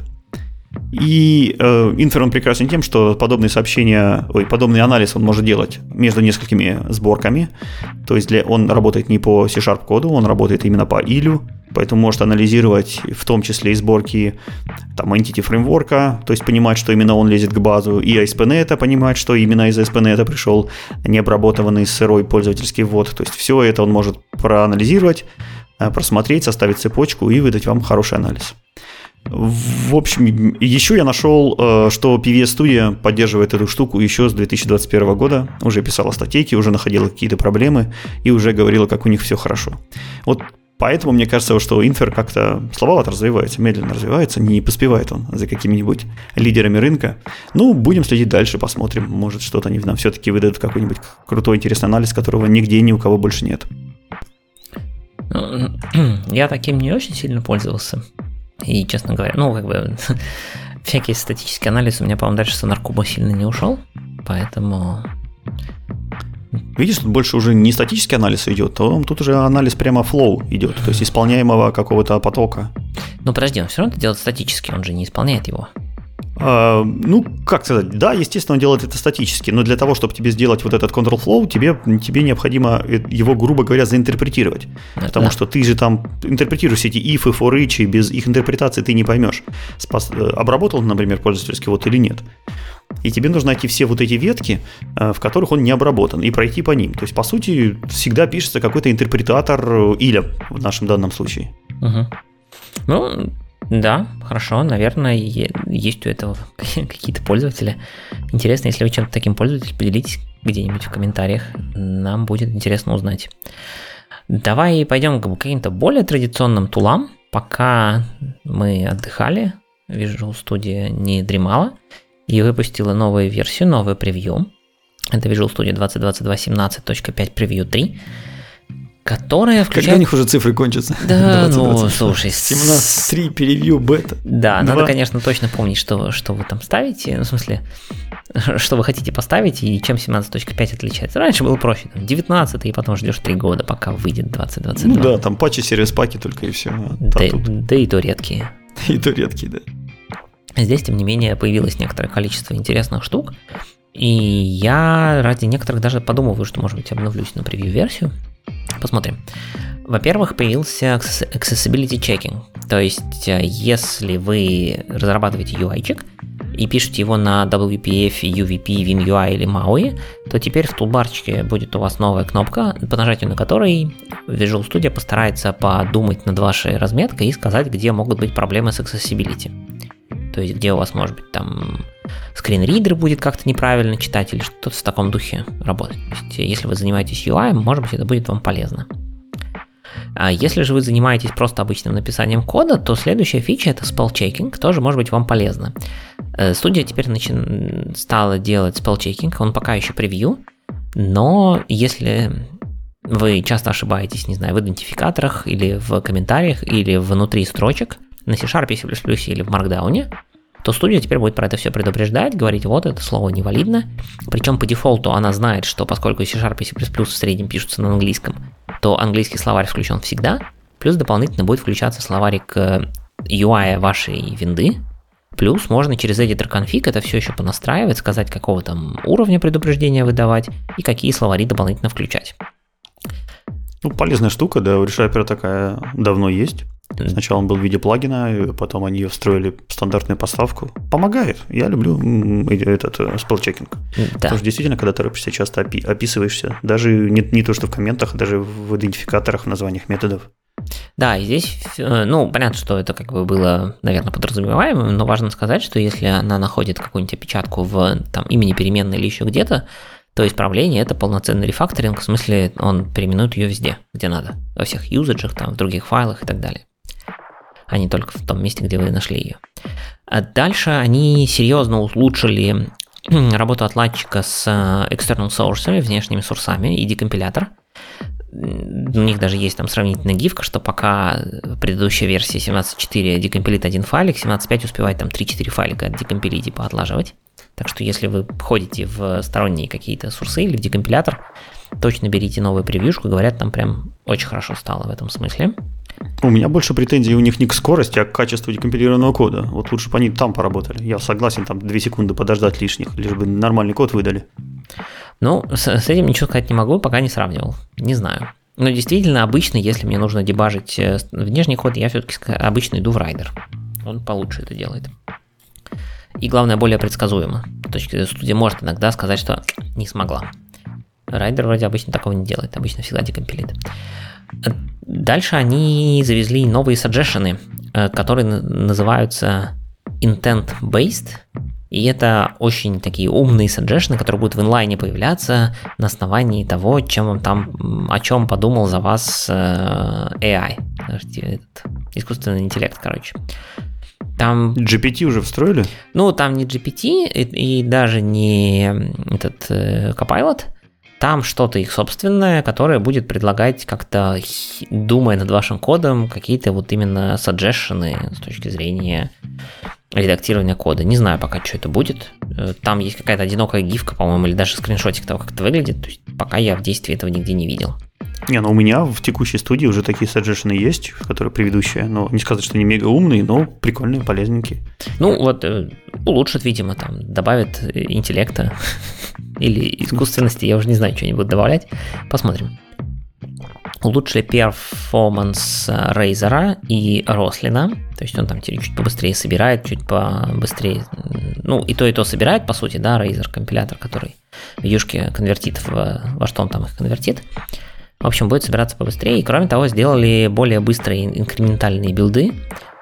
И инфер он прекрасен тем, что подобный анализ он может делать между несколькими сборками. То есть он работает не по C# коду, он работает именно по ILU, поэтому может анализировать в том числе и сборки там, entity фреймворка, то есть понимать, что именно он лезет к базу, и ASP.NET понимать, что именно из ASP.NET пришел необработанный сырой пользовательский ввод. То есть все это он может проанализировать, просмотреть, составить цепочку и выдать вам хороший анализ. В общем, еще я нашел, что PVS Studio поддерживает эту штуку еще с 2021 года, уже писала статейки, уже находила какие-то проблемы и уже говорила, как у них все хорошо. Вот поэтому мне кажется, что инфер как-то слабовато развивается, медленно развивается, не поспевает он за какими-нибудь лидерами рынка. Ну, будем следить дальше, посмотрим, может что-то они нам все-таки выдадут какой-нибудь крутой, интересный анализ, которого нигде ни у кого больше нет. Я таким не очень сильно пользовался. И, честно говоря, всякий статический анализ у меня, по-моему, дальше с Анаркуба сильно не ушел, поэтому... Видишь, тут больше уже не статический анализ идет, а тут уже анализ прямо flow идет, то есть исполняемого какого-то потока. Ну, подожди, он все равно это делает статически, он же не исполняет его. Как сказать, да, естественно, он делает это статически, но для того, чтобы тебе сделать вот этот control flow, тебе необходимо его, грубо говоря, заинтерпретировать, потому что ты же там интерпретируешь эти if и for each, и без их интерпретации ты не поймешь, обработал, например, пользовательский ввод или нет. И тебе нужно найти все вот эти ветки, в которых он не обработан, и пройти по ним. То есть, по сути, всегда пишется какой-то интерпретатор или в нашем данном случае. Угу. Ну, да, хорошо, наверное, есть у этого какие-то пользователи. Интересно, если вы чем-то таким пользуетесь, поделитесь где-нибудь в комментариях, нам будет интересно узнать. Давай пойдем к каким-то более традиционным тулам. Пока мы отдыхали, Visual Studio не дремала и выпустила новую версию, новую превью. Это Visual Studio 2022.17.5 Preview 3. Которая включает... Когда у них уже цифры кончатся? Да, 20, слушай... 17.3 перевью бета. Да, 2. Надо, конечно, точно помнить, что вы там ставите, в смысле, что вы хотите поставить и чем 17.5 отличается. Раньше было проще, 19 и потом ждешь 3 года, пока выйдет 2022. Ну да, там патчи, сервис-паки только и все. Да и то редкие. И то редкие, да. Здесь, тем не менее, появилось некоторое количество интересных штук. И я ради некоторых даже подумываю, что, может быть, обновлюсь на превью-версию. Посмотрим. Во-первых, появился accessibility checking. То есть, если вы разрабатываете UI-чик и пишете его на WPF, UVP, WinUI или MAUI, то теперь в тулбарчике будет у вас новая кнопка, по нажатию на которой Visual Studio постарается подумать над вашей разметкой и сказать, где могут быть проблемы с accessibility. То есть, где у вас, может быть, там скринридер будет как-то неправильно читать или что-то в таком духе работать. То есть, если вы занимаетесь UI, может быть, это будет вам полезно. А если же вы занимаетесь просто обычным написанием кода, то следующая фича — это spell-checking, тоже может быть вам полезно. Студия теперь стала делать spell-checking, он пока еще превью, но если вы часто ошибаетесь, не знаю, в идентификаторах или в комментариях, или внутри строчек на C-Sharp, C++ или в Markdown, то студия теперь будет про это все предупреждать, говорить, вот это слово невалидно. Причем по дефолту она знает, что поскольку C-Sharp и C++ в среднем пишутся на английском, то английский словарь включен всегда, плюс дополнительно будет включаться словарик UI вашей винды, плюс можно через editor config это все еще понастраивать, сказать, какого там уровня предупреждения выдавать и какие словари дополнительно включать. Ну, полезная штука, да, у ReSharper такая давно есть. Сначала он был в виде плагина, потом они ее встроили в стандартную поставку. Помогает. Я люблю этот spell-checking. Да. Потому что действительно, когда торопишься, часто описываешься. Даже не то, что в комментах, даже в идентификаторах, в названиях методов. Да, и здесь, ну, понятно, что это как бы было, наверное, подразумеваемым, но важно сказать, что если она находит какую-нибудь опечатку в там, имени переменной или еще где-то, то исправление — это полноценный рефакторинг, в смысле он переименует ее везде, где надо, во всех юзаджах, там, в других файлах и так далее, а не только в том месте, где вы нашли ее. А дальше они серьезно улучшили работу отладчика с external sources, внешними сурсами и декомпилятор. У них даже есть там сравнительная гифка, что пока предыдущая версия 17.4 декомпилит один файлик, 17.5 успевает там 3-4 файлика декомпилить и поотлаживать. Так что если вы ходите в сторонние какие-то сурсы или в декомпилятор, точно берите новую превьюшку, говорят, там прям очень хорошо стало в этом смысле. У меня больше претензий у них не к скорости, а к качеству декомпилированного кода. Вот лучше бы они там поработали. Я согласен, там 2 секунды подождать лишних, лишь бы нормальный код выдали. Ну, с этим ничего сказать не могу, пока не сравнивал. Не знаю. Но действительно, обычно, если мне нужно дебажить внешний код, я все-таки обычно иду в Rider. Он получше это делает. И главное, более предсказуемо. С точки зрения студии может иногда сказать, что не смогла. Rider вроде обычно такого не делает, обычно всегда декомпилит. Дальше они завезли новые suggestions, которые называются intent-based. И это очень такие умные suggestions, которые будут в инлайне появляться на основании того, о чем подумал за вас AI. Этот искусственный интеллект, короче. Там GPT уже встроили? Ну, там не GPT и даже не этот Copilot. Там что-то их собственное, которое будет предлагать как-то, думая над вашим кодом, какие-то вот именно suggestions с точки зрения редактирования кода. Не знаю пока, что это будет. Там есть какая-то одинокая гифка, по-моему, или даже скриншотик того, как это выглядит. То есть пока я в действии этого нигде не видел. Не, ну у меня в текущей студии уже такие suggestions есть, которые предыдущие. Но не сказать, что они мега умные, но прикольные, полезненькие. Ну вот улучшат, видимо, там добавят интеллекта или искусственности, я уже не знаю, что они будут добавлять. Посмотрим. Улучшили перформанс Razer и Roslyn. То есть он там чуть побыстрее собирает, чуть побыстрее. Ну, и то собирает, по сути, да, Razer компилятор, который в юшке конвертит во что он там их конвертит. В общем, будет собираться побыстрее. И кроме того, сделали более быстрые инкрементальные билды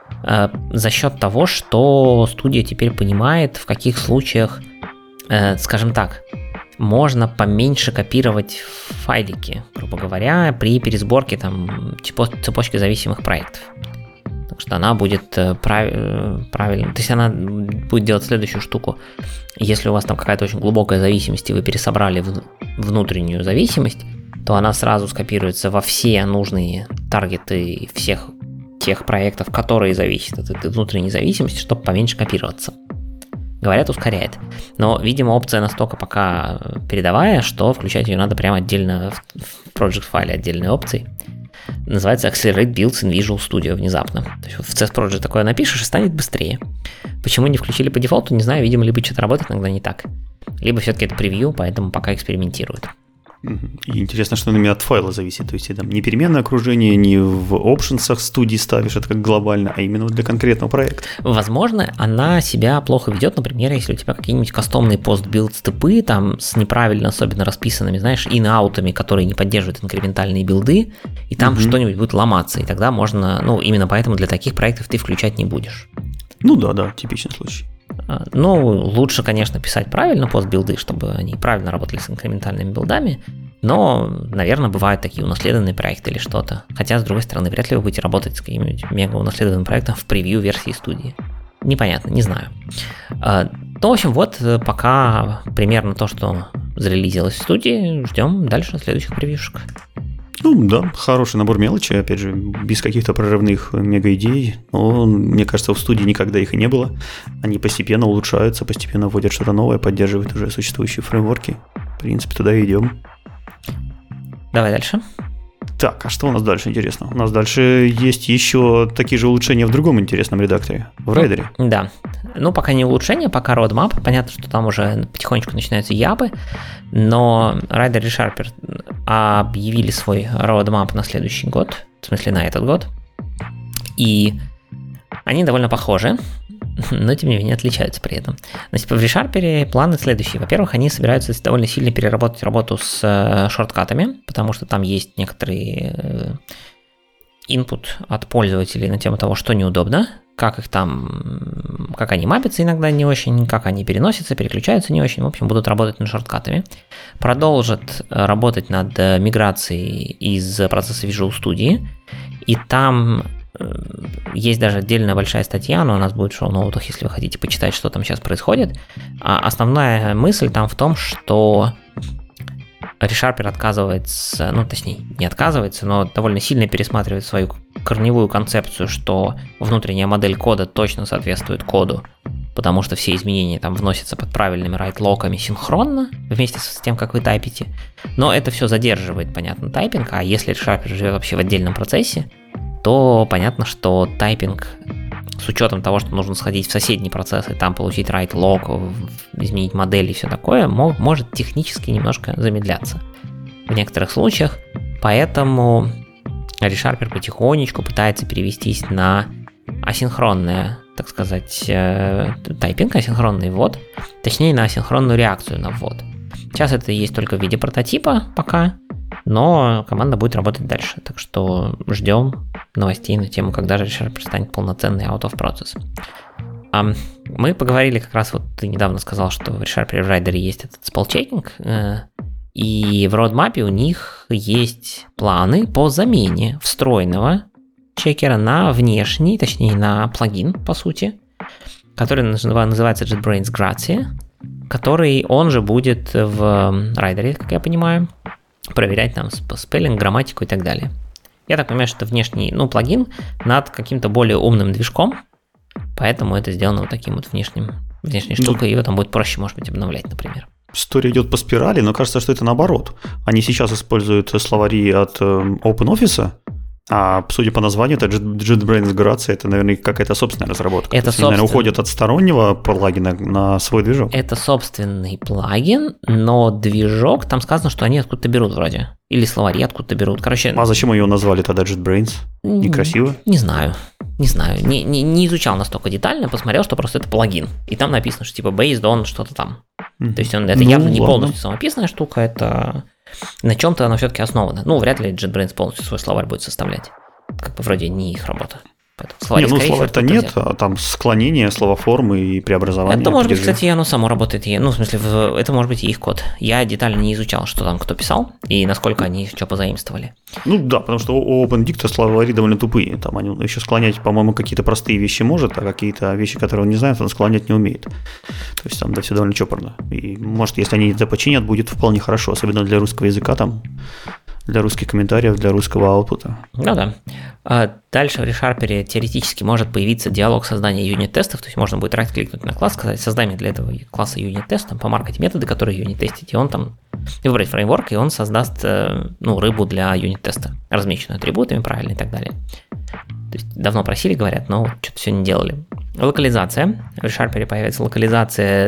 за счет того, что студия теперь понимает, в каких случаях, скажем так, можно поменьше копировать файлики, грубо говоря, при пересборке там цепочки зависимых проектов. Так что она будет правильно, то есть она будет делать следующую штуку. Если у вас там какая-то очень глубокая зависимость, и вы пересобрали внутреннюю зависимость, то она сразу скопируется во все нужные таргеты всех тех проектов, которые зависят от этой внутренней зависимости, чтобы поменьше копироваться. Говорят, ускоряет. Но, видимо, опция настолько пока передовая, что включать ее надо прямо отдельно в project файле отдельной опцией. Называется Accelerate Builds in Visual Studio внезапно. То есть вот в CS Project такое напишешь и станет быстрее. Почему не включили по дефолту, не знаю, видимо, либо что-то работает иногда не так. либо все-таки это превью, поэтому пока экспериментируют. И интересно, что он именно от файла зависит. То есть там не переменное окружение, не в options'ах студии ставишь, это как глобально, а именно для конкретного проекта. Возможно, она себя плохо ведет, например, если у тебя какие-нибудь кастомные пост-билд-степы, там с неправильно особенно расписанными, знаешь, ин-аутами, которые не поддерживают инкрементальные билды, и там что-нибудь будет ломаться, и тогда можно, именно поэтому для таких проектов ты включать не будешь. Ну да, типичный случай. Лучше, конечно, писать правильно пост-билды, чтобы они правильно работали с инкрементальными билдами, но, наверное, бывают такие унаследованные проекты или что-то. Хотя, с другой стороны, вряд ли вы будете работать с каким-нибудь мега унаследованным проектом в превью версии студии. Непонятно, не знаю. В общем, вот пока примерно то, что зарелизилось в студии, ждем дальше следующих превьюшек. Да, хороший набор мелочи, опять же, без каких-то прорывных мега-идей, но, мне кажется, в студии никогда их и не было. Они постепенно улучшаются, постепенно вводят что-то новое, поддерживают уже существующие фреймворки. В принципе, туда и идем. Давай дальше. Так, а что у нас дальше интересно? У нас дальше есть еще такие же улучшения в другом интересном редакторе, в Райдере. Да. Пока не улучшение, пока roadmap. Понятно, что там уже потихонечку начинаются ябы, но Rider и ReSharper объявили свой roadmap на следующий год, в смысле на этот год, и они довольно похожи, но тем не менее отличаются при этом. Значит, в ReSharper планы следующие. Во-первых, они собираются довольно сильно переработать работу с шорткатами, потому что там есть некоторый input от пользователей на тему того, что неудобно, как они мапятся иногда не очень, как они переносятся, переключаются не очень. В общем, будут работать над шорткатами. Продолжат работать над миграцией из процесса Visual Studio. И там есть даже отдельная большая статья, но у нас будет в шоу-ноутах, если вы хотите почитать, что там сейчас происходит. Основная мысль там в том, что ReSharper отказывается, точнее, не отказывается, но довольно сильно пересматривает свою корневую концепцию, что внутренняя модель кода точно соответствует коду, потому что все изменения там вносятся под правильными райт-локами синхронно, вместе с тем, как вы тайпите. Но это все задерживает, понятно, тайпинг, а если ReSharper живет вообще в отдельном процессе, то понятно, что тайпинг с учетом того, что нужно сходить в соседний процесс и там получить write-log, изменить модель и все такое, может технически немножко замедляться в некоторых случаях. Поэтому ReSharper потихонечку пытается перевестись на асинхронное, так сказать, тайпинг, асинхронный ввод, точнее на асинхронную реакцию на ввод. Сейчас это есть только в виде прототипа пока, но команда будет работать дальше, так что ждем новостей на тему, когда же ReSharper станет полноценный out of process. Мы поговорили как раз, вот ты недавно сказал, что в ReSharper и в Rider есть этот спелчекинг, и в roadmap у них есть планы по замене встроенного чекера на внешний, точнее на плагин, по сути, который называется JetBrains Gratia, который он же будет в Rider, как я понимаю, проверять там спеллинг, грамматику и так далее. Я так понимаю, что это внешний, плагин над каким-то более умным движком, поэтому это сделано вот таким вот внешней штукой, ее там будет проще, может быть, обновлять, например. История идет по спирали, но кажется, что это наоборот. Они сейчас используют словари от OpenOffice, а судя по названию, это JetBrains Gratia, это, наверное, какая-то собственная разработка. Это они, наверное, уходят от стороннего плагина на свой движок. Это собственный плагин, но движок, там сказано, что они откуда-то берут вроде. Или словари откуда-то берут. Короче, а зачем ее назвали тогда JetBrains? Некрасиво? Не знаю. Не изучал настолько детально, посмотрел, что просто это плагин. И там написано, что типа based on что-то там. То есть это явно не полностью самописная штука, это на чем-то оно все-таки основано. Вряд ли JetBrains полностью свой словарь будет составлять. Как бы вроде не их работа. Словарь-то нет, а там склонение, словоформы и преобразование. Это может быть, кстати, оно само работает. В смысле, это может быть и их код. Я детально не изучал, что там кто писал и насколько они что позаимствовали. Да, потому что у OpenDicta словари довольно тупые. Там они еще склонять, по-моему, какие-то простые вещи может, а какие-то вещи, которые он не знает, он склонять не умеет. То есть там все довольно чопорно. И может, если они это починят, будет вполне хорошо, особенно для русского языка там. Для русских комментариев, для русского аутпута. Да. Дальше в ReSharper теоретически может появиться диалог создания юнит-тестов, то есть можно будет right-кликнуть на класс, сказать, создай мне для этого класса юнит-тест, там, помаркать методы, которые юнит-тестить, и он там выбрать фреймворк, и он создаст рыбу для юнит-теста, размеченную атрибутами правильно и так далее. То есть давно просили, говорят, но что-то все не делали. Локализация. В ReSharper появится локализация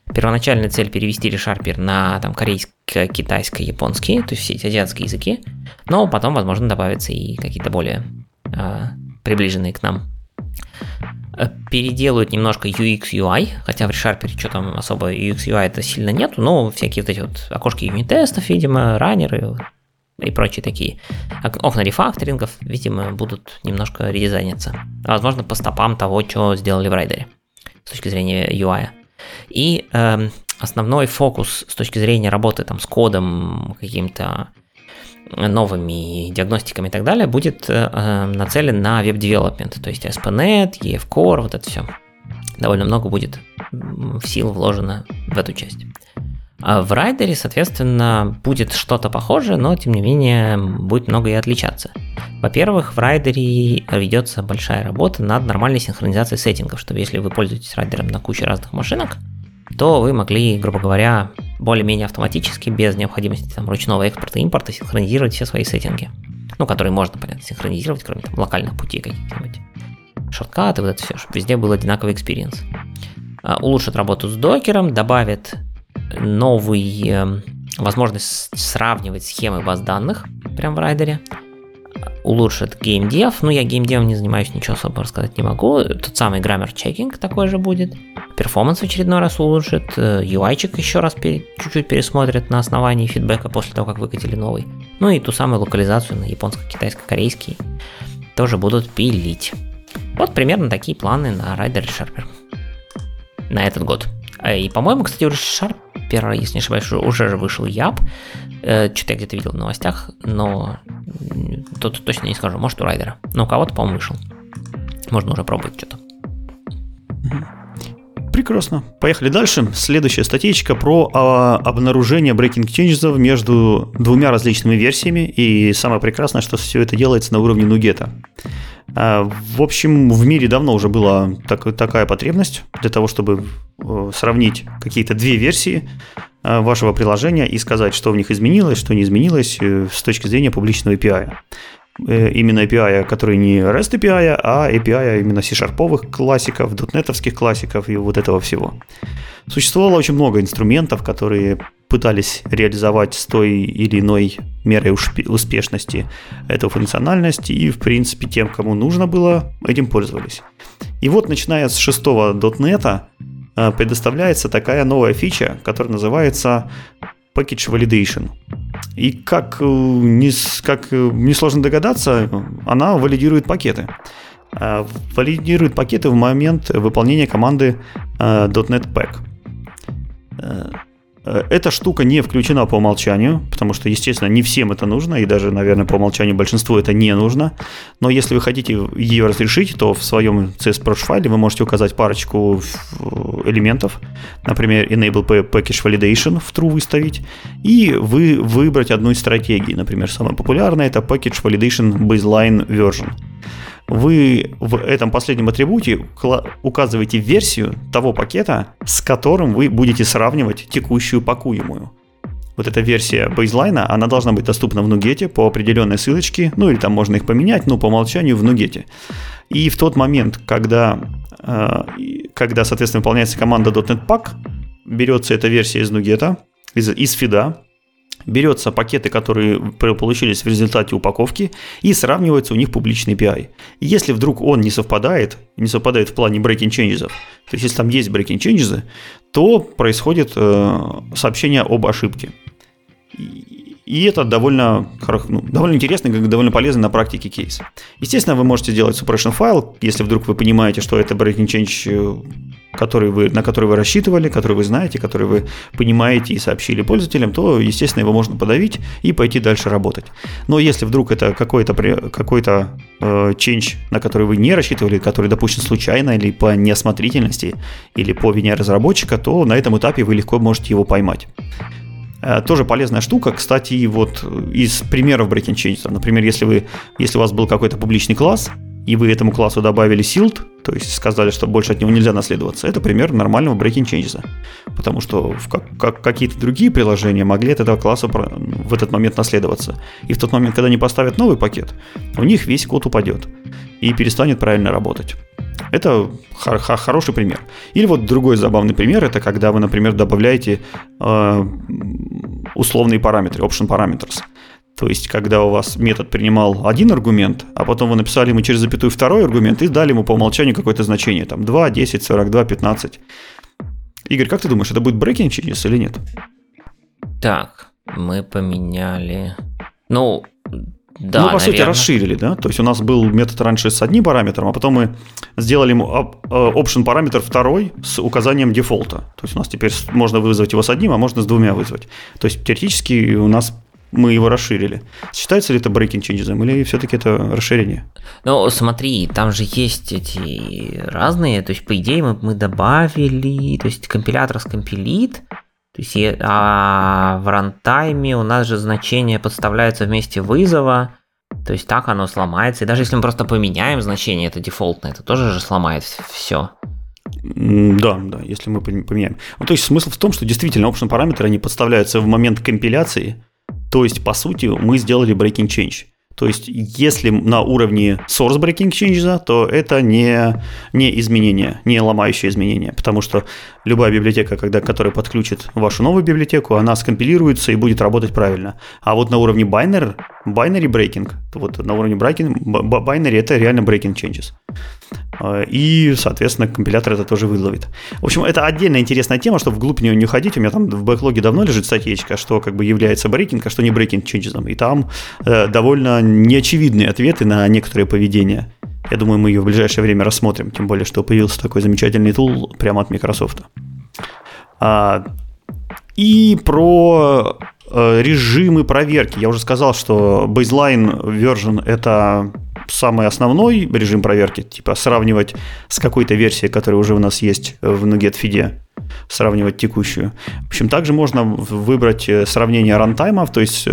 Первоначальная цель перевести ReSharper на там, корейский, китайский, японский, то есть все эти азиатские языки, но потом, возможно, добавятся и какие-то более приближенные к нам. Переделают немножко UX, UI, хотя в ReSharper что там особо UX, UI это сильно нету, но всякие вот эти вот окошки юнит-тестов, видимо, раннеры и прочие такие окна рефакторингов, видимо, будут немножко редизайниться. Возможно, по стопам того, что сделали в райдере с точки зрения UI. И основной фокус с точки зрения работы там, с кодом, какими-то новыми диагностиками и так далее будет нацелен на веб-девелопмент, то есть ASP.NET, EF Core, вот это все. Довольно много будет сил вложено в эту часть. А в райдере, соответственно, будет что-то похожее, но, тем не менее, будет много и отличаться. Во-первых, в райдере ведется большая работа над нормальной синхронизацией сеттингов, чтобы если вы пользуетесь райдером на куче разных машинок, то вы могли, грубо говоря, более-менее автоматически, без необходимости там, ручного экспорта и импорта, синхронизировать все свои сеттинги. Ну, которые можно, понятно, синхронизировать, кроме там, локальных путей каких-нибудь. Шорткаты, вот это все, чтобы везде был одинаковый экспириенс. Улучшат работу с докером, добавят новую возможность сравнивать схемы баз данных прямо в райдере. Улучшат геймдев. Ну, я геймдевом не занимаюсь, ничего особо рассказать не могу. Тот самый граммар чекинг такой же будет. Перформанс в очередной раз улучшит. UI-чик еще раз чуть-чуть пересмотрят на основании фидбэка после того, как выкатили новый. Ну и ту самую локализацию на японско-китайско-корейский тоже будут пилить. Вот примерно такие планы на Rider ReSharper на этот год. И, по-моему, кстати, у ReSharper, если не ошибаюсь, уже вышел YAP. Что-то я где-то видел в новостях, но тут точно не скажу. Может, у Райдера. Но у кого-то, по-моему, вышел. Можно уже пробовать что-то. Прекрасно. Поехали дальше. Следующая статейка про обнаружение breaking changes между двумя различными версиями. И самое прекрасное, что все это делается на уровне нугета. В общем, в мире давно уже была такая потребность для того, чтобы сравнить какие-то две версии вашего приложения и сказать, что в них изменилось, что не изменилось с точки зрения публичного API. Именно API, который не REST API, а API именно C-шарповых классиков, .NET-овских классиков и вот этого всего. Существовало очень много инструментов, которые пытались реализовать с той или иной мерой успешности эту функциональность, и, в принципе, тем, кому нужно было, этим пользовались. И вот, начиная с 6-го .NET, предоставляется такая новая фича, которая называется Package Validation. И как несложно догадаться, она валидирует пакеты. Валидирует пакеты в момент выполнения команды .NET Pack. Эта штука не включена по умолчанию, потому что, естественно, не всем это нужно, и даже, наверное, по умолчанию большинству это не нужно. Но если вы хотите ее разрешить, то в своем CSProsh-файле вы можете указать парочку элементов, например, Enable Package Validation в True выставить, и вы выбрать одну из стратегий. Например, самая популярная – это Package Validation Baseline Version. Вы в этом последнем атрибуте указываете версию того пакета, с которым вы будете сравнивать текущую пакуемую. Вот эта версия бейзлайна, она должна быть доступна в нугете по определенной ссылочке, ну или там можно их поменять, но по умолчанию в нугете. И в тот момент, когда соответственно, выполняется команда .NET Pack, берется эта версия из нугета, из фида, берется пакеты, которые получились в результате упаковки, и сравнивается у них публичный API. И если вдруг он не совпадает в плане breaking changes, то есть если там есть breaking changes, то происходит сообщение об ошибке. И это довольно интересный, довольно полезный на практике кейс. Естественно, вы можете сделать suppression файл, если вдруг вы понимаете, что это breaking change, на который вы рассчитывали, который вы знаете, который вы понимаете и сообщили пользователям, то, естественно, его можно подавить и пойти дальше работать. Но если вдруг это какой-то change, на который вы не рассчитывали, который допущен случайно или по неосмотрительности, или по вине разработчика, то на этом этапе вы легко можете его поймать. Тоже полезная штука, кстати, вот из примеров breaking changes. Например, если у вас был какой-то публичный класс, и вы этому классу добавили sealed, то есть сказали, что больше от него нельзя наследоваться, это пример нормального breaking changes. Потому что какие-то другие приложения могли от этого класса в этот момент наследоваться. И в тот момент, когда они поставят новый пакет, у них весь код упадет и перестанет правильно работать. Это хороший пример. Или вот другой забавный пример, это когда вы, например, добавляете условные параметры, option parameters. То есть, когда у вас метод принимал один аргумент, а потом вы написали ему через запятую второй аргумент и дали ему по умолчанию какое-то значение, там 2, 10, 42, 15. Игорь, как ты думаешь, это будет breaking changes или нет? Так, мы поменяли... Да, по сути, расширили, да? То есть у нас был метод раньше с одним параметром, а потом мы сделали ему option параметр второй с указанием дефолта. То есть у нас теперь можно вызвать его с одним, а можно с двумя вызвать. То есть теоретически мы его расширили. Считается ли это breaking changes или все-таки это расширение? Смотри, там же есть эти разные, то есть по идее мы добавили, то есть компилятор скомпилит, то есть, а в рантайме у нас же значение подставляется вместе вызова, то есть так оно сломается. И даже если мы просто поменяем значение, это дефолтное, это тоже же сломает все. Да, если мы поменяем. То есть смысл в том, что действительно option параметры, они подставляются в момент компиляции, то есть по сути мы сделали breaking change. То есть, если на уровне source breaking change, то это не изменение, не ломающее изменение, потому что любая библиотека, которая подключит вашу новую библиотеку, она скомпилируется и будет работать правильно. А вот на уровне binary breaking, вот на уровне binary это реально breaking changes. И, соответственно, компилятор это тоже выловит. В общем, это отдельная интересная тема, чтобы вглубь не уходить. У меня там в бэклоге давно лежит статьечка, что как бы является breaking, а что не breaking changes. И там довольно неочевидные ответы на некоторые поведения. Я думаю, мы ее в ближайшее время рассмотрим, тем более, что появился такой замечательный тул прямо от Microsoft. И про режимы проверки. Я уже сказал, что baseline version – это самый основной режим проверки, типа сравнивать с какой-то версией, которая уже у нас есть в NuGet feed, сравнивать текущую. В общем, также можно выбрать сравнение рантаймов, то есть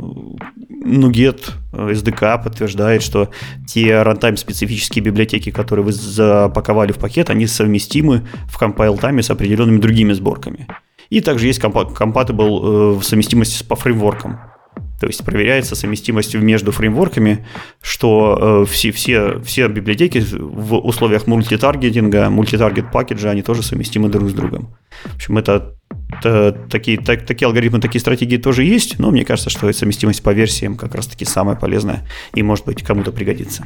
NuGet SDK подтверждает, что те рантайм-специфические библиотеки, которые вы запаковали в пакет, они совместимы в compile-тайме с определенными другими сборками. И также есть compatible совместимость по фреймворкам. То есть проверяется совместимость между фреймворками, что все библиотеки в условиях мультитаргетинга, мультитаргет-пакеджа, они тоже совместимы друг с другом. В общем, это такие алгоритмы, такие стратегии тоже есть, но мне кажется, что совместимость по версиям как раз-таки самая полезная и, может быть, кому-то пригодится.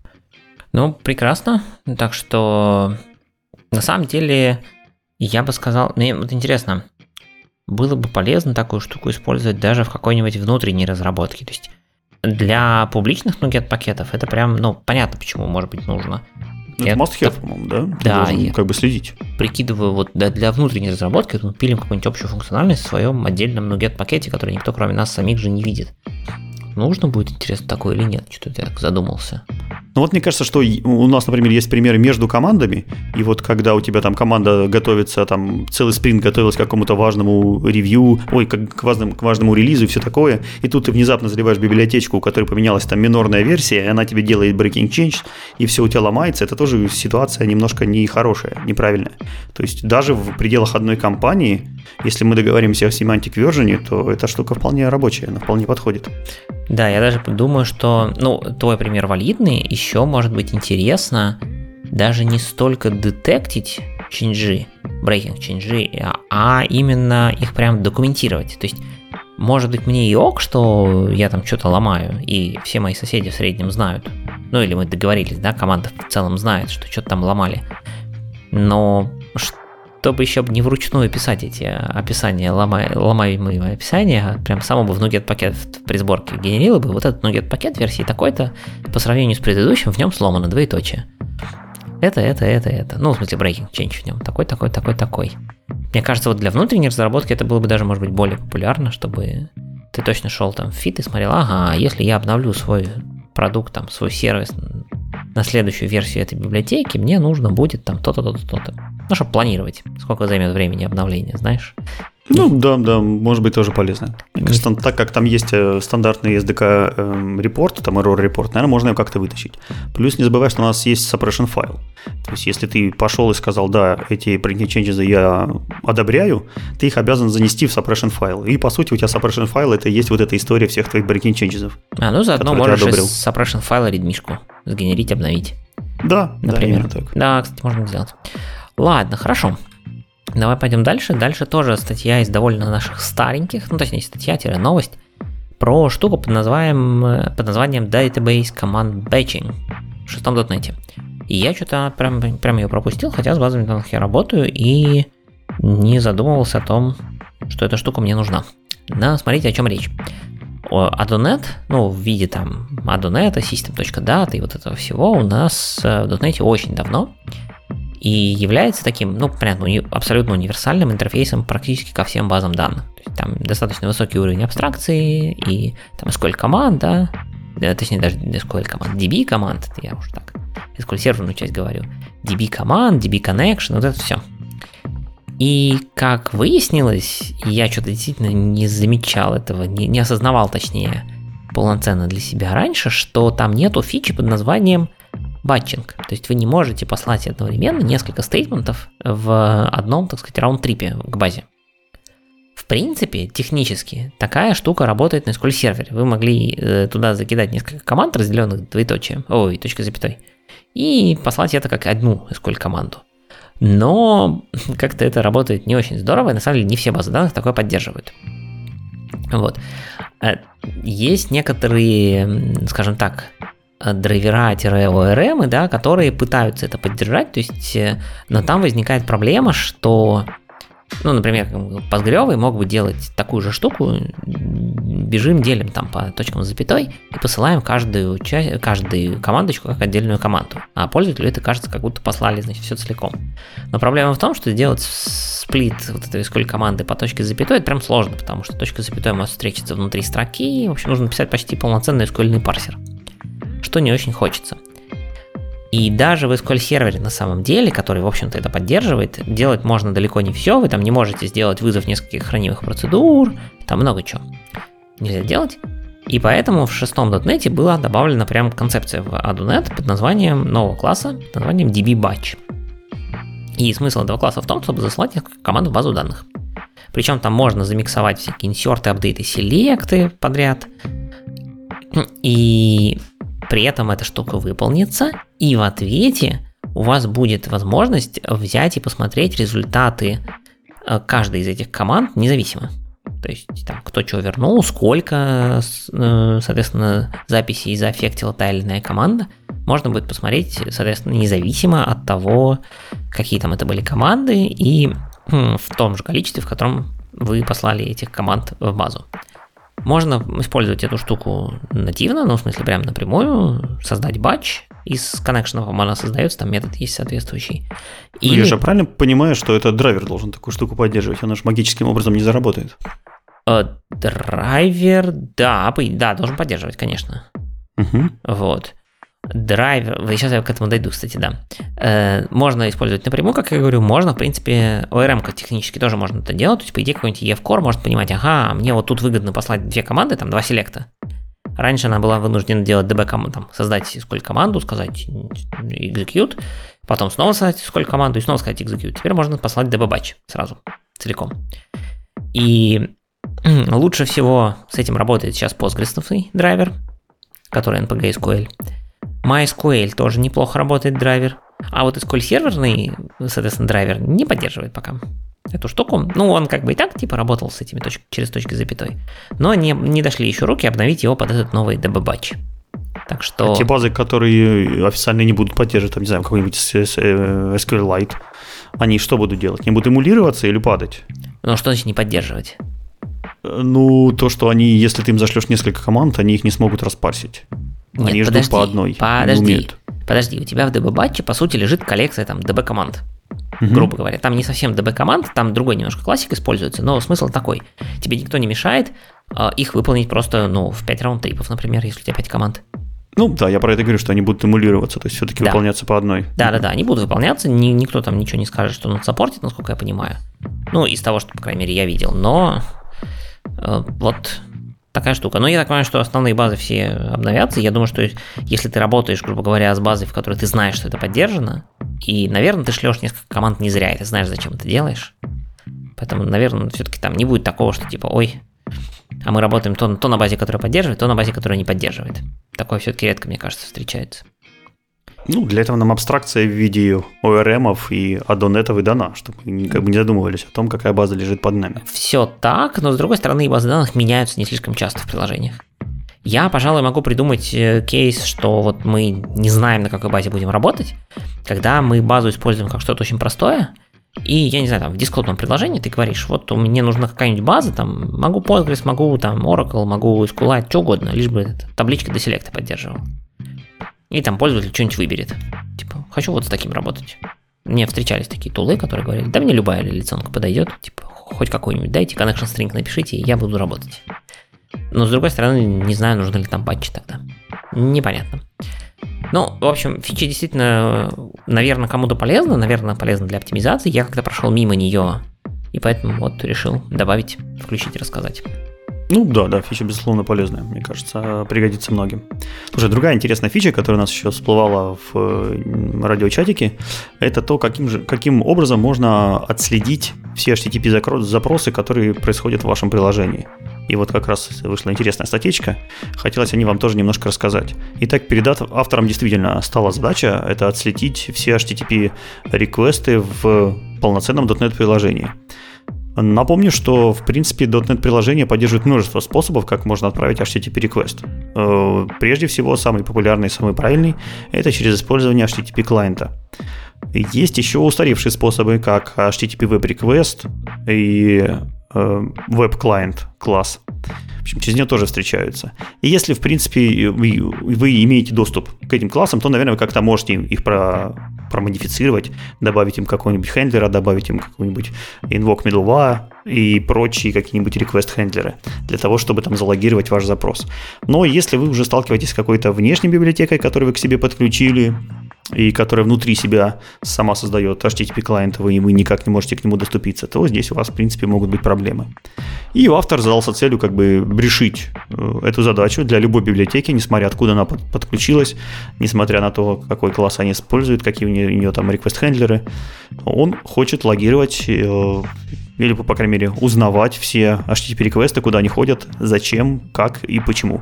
Прекрасно. Так что, на самом деле, я бы сказал, мне вот интересно, было бы полезно такую штуку использовать даже в какой-нибудь внутренней разработке. То есть для публичных NuGet пакетов это прям, понятно, почему, может быть, нужно. Это must-have, по-моему, да? Да. Ты должен как бы следить. Прикидываю, вот для внутренней разработки мы пилим какую-нибудь общую функциональность в своем отдельном NuGet пакете, который никто, кроме нас самих же, не видит. Нужно будет, интересно, такое или нет? Что-то я так задумался. Вот мне кажется, что у нас, например, есть примеры между командами, и вот когда у тебя там команда готовится, там целый спринт готовилась к какому-то важному ревью, к важному релизу и все такое, и тут ты внезапно заливаешь библиотечку, у которой поменялась там минорная версия, и она тебе делает breaking change, и все у тебя ломается, это тоже ситуация немножко нехорошая, неправильная. То есть даже в пределах одной компании, если мы договоримся о semantic version, то эта штука вполне рабочая, она вполне подходит. Да, я даже думаю, что, твой пример валидный, еще может быть интересно даже не столько детектить ченджи, breaking ченджи, а именно их прям документировать. То есть, может быть, мне и ок, что я там что-то ломаю, и все мои соседи в среднем знают. Или мы договорились, да, команда в целом знает, что что-то там ломали. Но чтобы еще не вручную писать эти описания, ломаемые описания, прям само бы в NuGet пакет при сборке генерило бы вот этот NuGet пакет версии такой-то, по сравнению с предыдущим, в нем сломано двоеточие. Это. В смысле, breaking change в нем такой. Мне кажется, вот для внутренней разработки это было бы даже, может быть, более популярно, чтобы ты точно шел там в фит и смотрел, если я обновлю свой продукт, там, свой сервис на следующую версию этой библиотеки, мне нужно будет там то-то. Чтобы планировать, сколько займет времени обновления, знаешь? Да, может быть, тоже полезно. Мне кажется, так как там есть стандартный SDK репорт, там error репорт, наверное, можно его как-то вытащить. Плюс не забывай, что у нас есть suppression файл. То есть, если ты пошел и сказал, да, эти breaking changes я одобряю, ты их обязан занести в suppression файл. И, по сути, у тебя suppression файл — это и есть вот эта история всех твоих breaking changes. Заодно можешь из suppression файла редмишку сгенерить, обновить. Да, например. Да, так. Да, кстати, можно сделать. Ладно, хорошо. Давай пойдем дальше. Дальше тоже статья из довольно наших стареньких, ну точнее статья-новость, про штуку под названием Database Command Batching в 6 .NET. И я что-то прям ее пропустил, хотя с базами данных я работаю и не задумывался о том, что эта штука мне нужна. Да, смотрите, о чем речь. Adonet, ну, в виде там Adonet, System.data и вот этого всего у нас в .NET очень давно и является таким, ну, понятно, абсолютно универсальным интерфейсом практически ко всем базам данных. То есть там достаточно высокий уровень абстракции и там SQL команд, да, точнее даже SQL команд, DB команд, я уж так, SQL серверную часть говорю, DB команд, DB connection, вот это все. И как выяснилось, я что-то действительно не замечал этого, не осознавал, точнее, полноценно для себя раньше, что там нету фичи под названием батчинг. То есть вы не можете послать одновременно несколько стейтментов в одном, так сказать, раунд-трипе к базе. В принципе, технически, такая штука работает на SQL сервере. Вы могли туда закидать несколько команд, разделенных точкой запятой, и послать это как одну SQL команду. Но как-то это работает не очень здорово, и на самом деле не все базы данных такое поддерживают. Вот. Есть некоторые, скажем так, драйвера-ORM, да, которые пытаются это поддержать, то есть, но там возникает проблема, что, ну, например, Postgre мог бы делать такую же штуку, бежим, делим там по точкам с запятой и посылаем каждую командочку как отдельную команду, а пользователю это кажется, как будто послали, значит, все целиком. Но проблема в том, что сделать сплит вот этой SQL команды по точке с запятой, это прям сложно, потому что точка с запятой может встретиться внутри строки, в общем, нужно писать почти полноценный SQL-ный парсер, что не очень хочется. И даже в SQL сервере на самом деле, который, в общем-то, это поддерживает, делать можно далеко не все, вы там не можете сделать вызов нескольких хранимых процедур, там много чего нельзя делать. И поэтому в 6 .NET была добавлена прям концепция в Adonet под названием нового класса, под названием db-batch. И смысл этого класса в том, чтобы заслать несколько команд в базу данных. Причем там можно замиксовать всякие инсерты, апдейты, селекты подряд. И при этом эта штука выполнится, и в ответе у вас будет возможность взять и посмотреть результаты каждой из этих команд независимо. То есть там кто что вернул, сколько, соответственно, записей заэффектила та или иная команда, можно будет посмотреть, соответственно, независимо от того, какие там это были команды, и в том же количестве, в котором вы послали этих команд в базу. Можно использовать эту штуку нативно, ну, в смысле, прям напрямую, создать батч, из коннекшенов она создается, там метод есть соответствующий. Я же правильно понимаю, что этот драйвер должен такую штуку поддерживать, он же магическим образом не заработает. Драйвер, да, должен поддерживать, конечно. Вот. Драйвер, сейчас я к этому дойду, кстати, да. Можно использовать напрямую, как я говорю, можно, в принципе, ORM технически тоже можно это делать, то есть, по идее, какой-нибудь EF-Core может понимать, ага, мне вот тут выгодно послать две команды, там, два селекта. Раньше она была вынуждена делать DB-команду, там, создать SQL команду, сказать execute, потом снова создать SQL команду и снова сказать execute. Теперь можно послать DB-batch сразу, целиком. И лучше всего с этим работает сейчас Postgres драйвер, который NPG SQL. MySQL тоже неплохо работает драйвер. А вот SQL серверный, соответственно, драйвер не поддерживает пока эту штуку. Ну, он как бы и так типа работал с этими через точки с запятой. Но не дошли еще руки обновить его под этот новый DB-batch. Так что... Те базы, которые официально не будут поддерживать, там, не знаю, какой-нибудь SQLite, они что будут делать? Не будут эмулироваться или падать? Ну, что значит не поддерживать? Ну, то, что они, если ты им зашлешь несколько команд, они их не смогут распарсить. Нет, они ждут по одной. Подожди, у тебя в DB-батче, по сути, лежит коллекция там DB-команд. Грубо говоря, там не совсем DB-команд, там другой немножко классик используется, но смысл такой. Тебе никто не мешает их выполнить просто, ну, в 5 раунд-трипов, например, если у тебя 5 команд. Ну, да, я про это говорю, что они будут эмулироваться, то есть все-таки выполняться по одной. Да, они будут выполняться, никто там ничего не скажет, что он саппортит, насколько я понимаю. Ну, из того, что, по крайней мере, я видел, но вот... такая штука. Но я так понимаю, что основные базы все обновятся. Я думаю, что если ты работаешь, грубо говоря, с базой, в которой ты знаешь, что это поддержано, и, наверное, ты шлешь несколько команд не зря, и ты знаешь, зачем это делаешь. Поэтому, наверное, все-таки там не будет такого, что типа, ой, а мы работаем то на базе, которая поддерживает, то на базе, которая не поддерживает. Такое все-таки редко, мне кажется, встречается. Для этого нам абстракция в виде ORM-ов и аддонетов и дана, чтобы мы как бы не задумывались о том, какая база лежит под нами. Все так, но с другой стороны, базы данных меняются не слишком часто в приложениях. Я, пожалуй, могу придумать кейс, что вот мы не знаем, на какой базе будем работать, когда мы базу используем как что-то очень простое, и, я не знаю, там в дискретном приложении ты говоришь, вот мне нужна какая-нибудь база, там, могу Postgres, могу там Oracle, могу SQLite, что угодно, лишь бы таблички до селекта поддерживал. И там пользователь что-нибудь выберет. Типа, хочу вот с таким работать. Мне встречались такие тулы, которые говорили, да мне любая реляционка подойдет, типа, хоть какой-нибудь дайте, connection string напишите, и я буду работать. Но, с другой стороны, не знаю, нужны ли там патчи тогда. Непонятно. В общем, фича действительно, наверное, кому-то полезна, наверное, полезна для оптимизации. Я как-то прошел мимо нее, и поэтому вот решил добавить, включить и рассказать. Да, фича, безусловно, полезная, мне кажется, пригодится многим. Слушай, другая интересная фича, которая у нас еще всплывала в радиочатике, это то, каким образом можно отследить все HTTP-запросы, которые происходят в вашем приложении. И вот как раз вышла интересная статейка, хотелось о ней вам тоже немножко рассказать. Итак, перед автором действительно стала задача это отследить все HTTP-реквесты в полноценном .NET-приложении. Напомню, что, в принципе, .NET-приложение поддерживает множество способов, как можно отправить HTTP-реквест. Прежде всего, самый популярный и самый правильный – это через использование HTTP-клиента. Есть еще устаревшие способы, как HTTP Web Request и Web Client класс. В общем, через нее тоже встречаются. И если, в принципе, вы имеете доступ к этим классам, то, наверное, вы как-то можете их промодифицировать, добавить им какого-нибудь хендлера, добавить им какой-нибудь invoke middleware и прочие какие-нибудь request-хендлеры для того, чтобы там залогировать ваш запрос. Но если вы уже сталкиваетесь с какой-то внешней библиотекой, которую вы к себе подключили, и которая внутри себя сама создает HTTP-клиент, вы никак не можете к нему доступиться, то здесь у вас, в принципе, могут быть проблемы. И автор задался целью как бы решить эту задачу для любой библиотеки, несмотря откуда она подключилась, несмотря на то, какой класс они используют, какие у нее там request-хендлеры. Он хочет логировать или, по крайней мере, узнавать все HTTP-реквесты, куда они ходят, зачем, как и почему.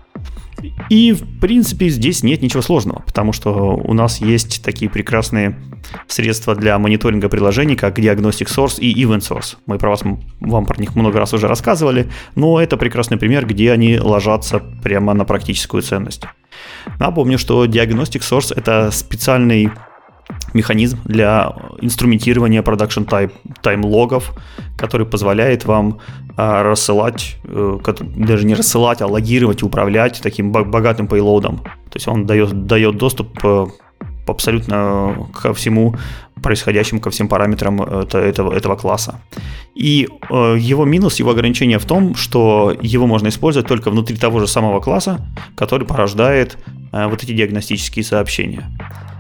И, в принципе, здесь нет ничего сложного, потому что у нас есть такие прекрасные средства для мониторинга приложений, как Diagnostic Source и Event Source. Мы вам про них много раз уже рассказывали, но это прекрасный пример, где они ложатся прямо на практическую ценность. Напомню, что Diagnostic Source – это специальный механизм для инструментирования production time логов, который позволяет вам рассылать, даже не рассылать, а логировать и управлять таким богатым пейлоудом. То есть он дает доступ абсолютно ко всему происходящему, ко всем параметрам этого класса. И его минус, его ограничение в том, что его можно использовать только внутри того же самого класса, который порождает вот эти диагностические сообщения.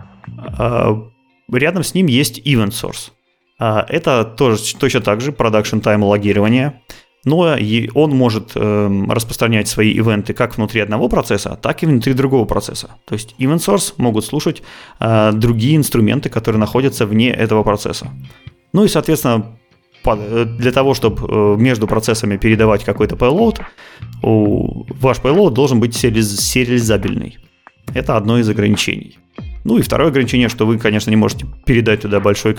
Рядом с ним есть Event Source. Это тоже точно так же production time логирование, но он может распространять свои ивенты как внутри одного процесса, так и внутри другого процесса. То есть Event Source могут слушать другие инструменты, которые находятся вне этого процесса. Ну и, соответственно, для того, чтобы между процессами передавать какой-то payload, ваш payload должен быть сериализабельный. Это одно из ограничений. Ну и второе ограничение, что вы, конечно, не можете передать туда большой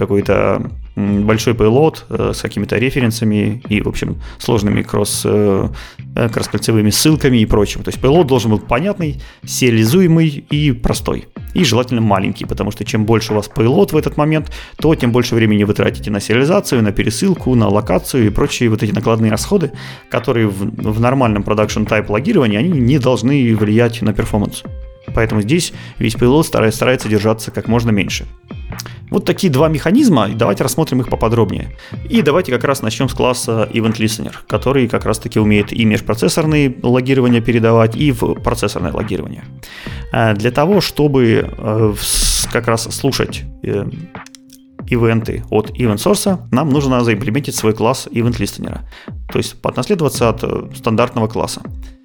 payload с какими-то референсами и, в общем, сложными кросс-кольцевыми ссылками и прочим. То есть payload должен быть понятный, сериализуемый и простой. И желательно маленький, потому что чем больше у вас payload в этот момент, то тем больше времени вы тратите на сериализацию, на пересылку, на локацию и прочие вот эти накладные расходы, которые в нормальном production type логировании, они не должны влиять на перформанс. Поэтому здесь весь payload старается держаться как можно меньше. Вот такие два механизма, и давайте рассмотрим их поподробнее. И давайте как раз начнем с класса Event Listener, который как раз-таки умеет и межпроцессорные логирования передавать, и в процессорное логирование. Для того, чтобы как раз слушать ивенты от Event Source, нам нужно заимплементить свой класс Event Listener, то есть отнаследоваться от стандартного класса.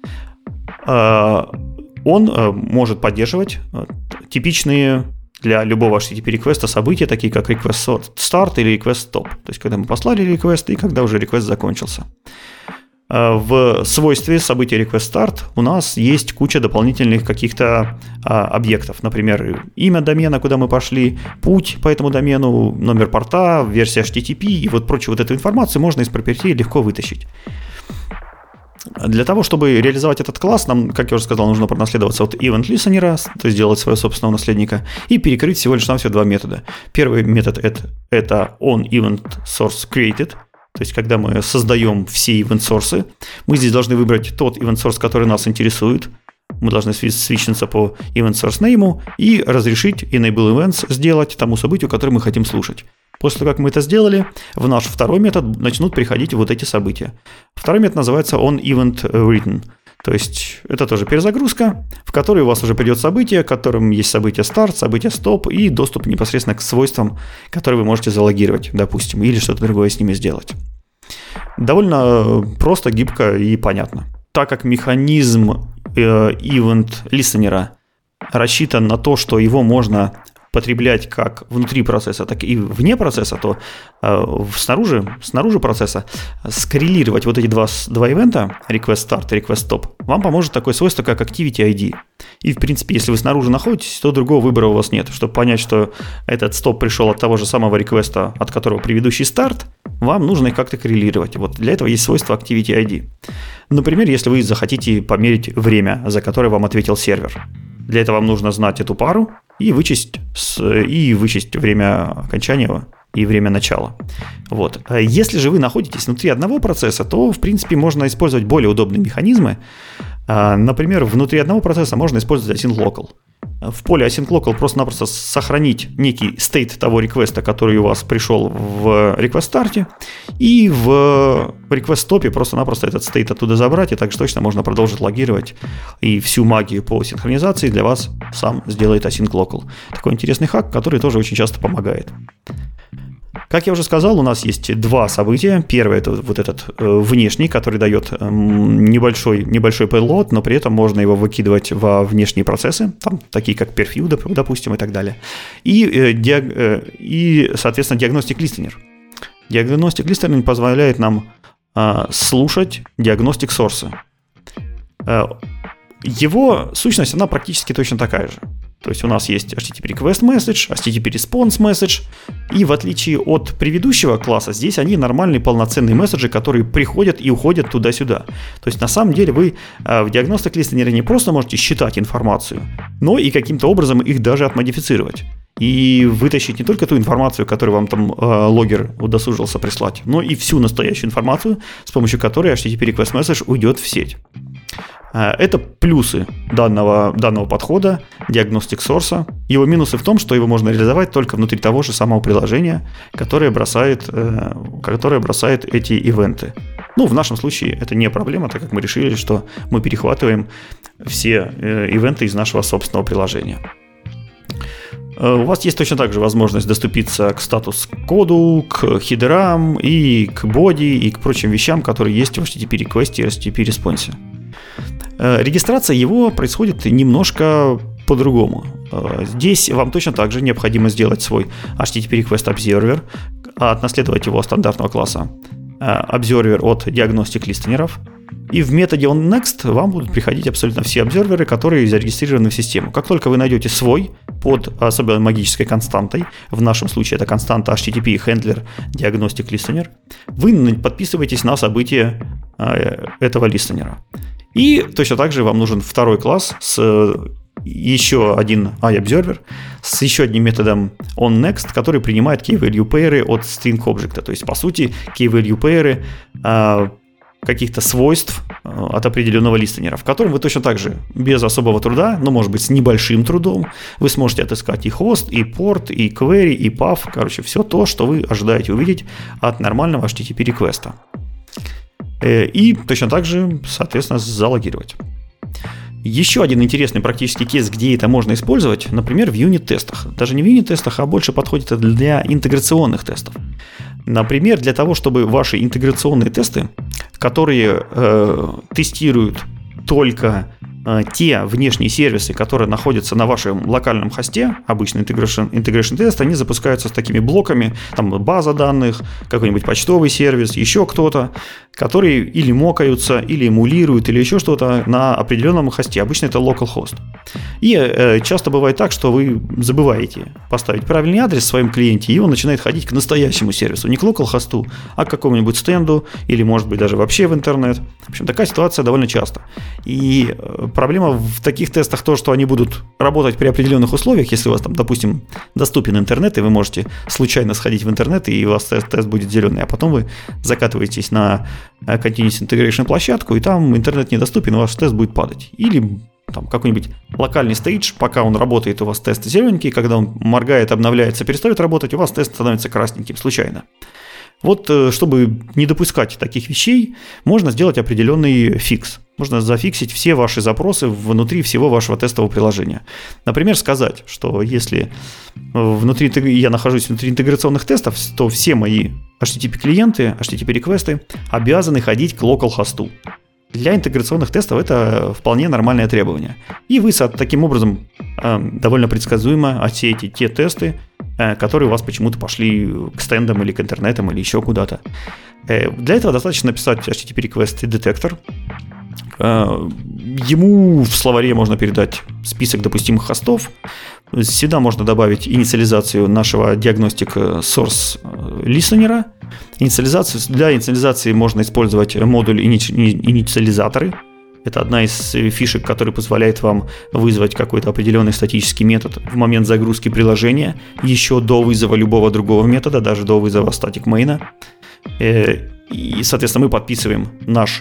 Он может поддерживать типичные для любого HTTP-реквеста события, такие как request start или request stop. То есть, когда мы послали request и когда уже request закончился. в свойстве события request start у нас есть куча дополнительных каких-то объектов. Например, имя домена, куда мы пошли, путь по этому домену, номер порта, версия HTTP и вот прочую вот эту информацию можно из property легко вытащить. Для того, чтобы реализовать этот класс, нам, как я уже сказал, нужно пронаследоваться от event listener, то есть сделать своего собственного наследника, и перекрыть всего лишь навсего два метода. Первый метод – это onEventSourceCreated, то есть когда мы создаем все event-сорсы, мы здесь должны выбрать тот event-source, который нас интересует, мы должны свичнуться по event-source name и разрешить enable events сделать тому событию, которое мы хотим слушать. После того, как мы это сделали, в наш второй метод начнут приходить вот эти события. Второй метод называется onEventWritten. То есть это тоже перезагрузка, в которой у вас уже придет событие, в котором есть событие start, событие stop и доступ непосредственно к свойствам, которые вы можете залогировать, допустим, или что-то другое с ними сделать. Довольно просто, гибко и понятно. Так как механизм event listener рассчитан на то, что его можно потреблять как внутри процесса, так и вне процесса, то снаружи процесса скоррелировать вот эти два ивента, request start и request stop, вам поможет такое свойство, как activity ID. И, в принципе, если вы снаружи находитесь, то другого выбора у вас нет. Чтобы понять, что этот стоп пришел от того же самого реквеста, от которого предыдущий старт, вам нужно их как-то коррелировать. Вот для этого есть свойство activity ID. Например, если вы захотите померить время, за которое вам ответил сервер. Для этого вам нужно знать эту пару и вычесть время окончания и время начала. Вот. Если же вы находитесь внутри одного процесса, то, в принципе, можно использовать более удобные механизмы. Например, внутри одного процесса можно использовать async-local. В поле async-local просто-напросто сохранить некий state того реквеста, который у вас пришел в request-старте, и в request-стопе просто-напросто этот state оттуда забрать, и так же точно можно продолжить логировать, и всю магию по синхронизации для вас сам сделает async-local. Такой интересный хак, который тоже очень часто помогает. Как я уже сказал, у нас есть два события. Первое – это вот этот внешний, который дает небольшой payload, но при этом можно его выкидывать во внешние процессы, там, такие как Perfuse, допустим, и так далее. И соответственно, диагностик listener. Диагностик listener позволяет нам слушать диагностик сорса. Его сущность, она практически точно такая же. То есть у нас есть HTTP request message, HTTP response message, и в отличие от предыдущего класса, здесь они нормальные полноценные месседжи, которые приходят и уходят туда-сюда. То есть на самом деле вы в диагностик listener не просто можете считать информацию, но и каким-то образом их даже отмодифицировать. И вытащить не только ту информацию, которую вам там логер удосужился прислать, но и всю настоящую информацию, с помощью которой HTTP request message уйдет в сеть. Это плюсы данного подхода, диагностик сорса. Его минусы в том, что его можно реализовать только внутри того же самого приложения, которое бросает эти ивенты. Ну, в нашем случае это не проблема, так как мы решили, что мы перехватываем все ивенты из нашего собственного приложения. У вас есть точно так же возможность доступиться к статус-коду, к хедерам и к боди и к прочим вещам, которые есть в HTTP request и HTTP response. Регистрация его происходит немножко по-другому. Здесь вам точно так же необходимо сделать свой HTTP Request Observer, отнаследовать его стандартного класса Observer от диагностик листенеров. И в методе onNext вам будут приходить абсолютно все обзерверы, которые зарегистрированы в систему. Как только вы найдете свой под особенно магической константой, в нашем случае это константа HTTP Handler Diagnostic Listener, вы подписываетесь на событие этого листенера. И точно так же вам нужен второй класс с еще один iObserver, с еще одним методом onNext, который принимает key-value pair от string object. То есть, по сути, key-value pair каких-то свойств от определенного листенера, в котором вы точно так же, без особого труда, но, может быть, с небольшим трудом, вы сможете отыскать и хост, и порт, и query, и path, короче, все то, что вы ожидаете увидеть от нормального HTTP реквеста. И точно так же, соответственно, залогировать. Еще один интересный практический кейс, где это можно использовать, например, в юнит-тестах. Даже не в юнит-тестах, а больше подходит для интеграционных тестов. Например, для того, чтобы ваши интеграционные тесты, которые тестируют только те внешние сервисы, которые находятся на вашем локальном хосте, обычно integration тест, они запускаются с такими блоками, там база данных, какой-нибудь почтовый сервис, еще кто-то, которые или мокаются, или эмулируют, или еще что-то на определенном хосте. Обычно это localhost. И часто бывает так, что вы забываете поставить правильный адрес в своем клиенте, и он начинает ходить к настоящему сервису, не к localhost, а к какому-нибудь стенду, или, может быть, даже вообще в интернет. В общем, такая ситуация довольно часто. И проблема в таких тестах то, что они будут работать при определенных условиях. Если у вас там, допустим, доступен интернет, и вы можете случайно сходить в интернет, и у вас тест будет зеленый, а потом вы закатываетесь на Continuous Integration площадку, и там интернет недоступен, и ваш тест будет падать. Или там какой-нибудь локальный стейдж, пока он работает, у вас тест зелененький, когда он моргает, обновляется, перестает работать, у вас тест становится красненьким случайно. Вот, чтобы не допускать таких вещей, можно сделать определенный фикс. Можно зафиксить все ваши запросы внутри всего вашего тестового приложения. Например, сказать, что если я нахожусь внутри интеграционных тестов, то все мои HTTP-клиенты, HTTP-реквесты обязаны ходить к localhost. Для интеграционных тестов это вполне нормальное требование. И вы таким образом довольно предсказуемо отсеете те тесты, которые у вас почему-то пошли к стендам или к интернетам или еще куда-то. Для этого достаточно написать HTTP request детектор. Ему в словаре можно передать список допустимых хостов. Сюда можно добавить инициализацию нашего диагностик source listener. Для инициализации можно использовать модуль инициализаторы. Это одна из фишек, которая позволяет вам вызвать какой-то определенный статический метод в момент загрузки приложения, еще до вызова любого другого метода, даже до вызова static main. И, соответственно, мы подписываем наш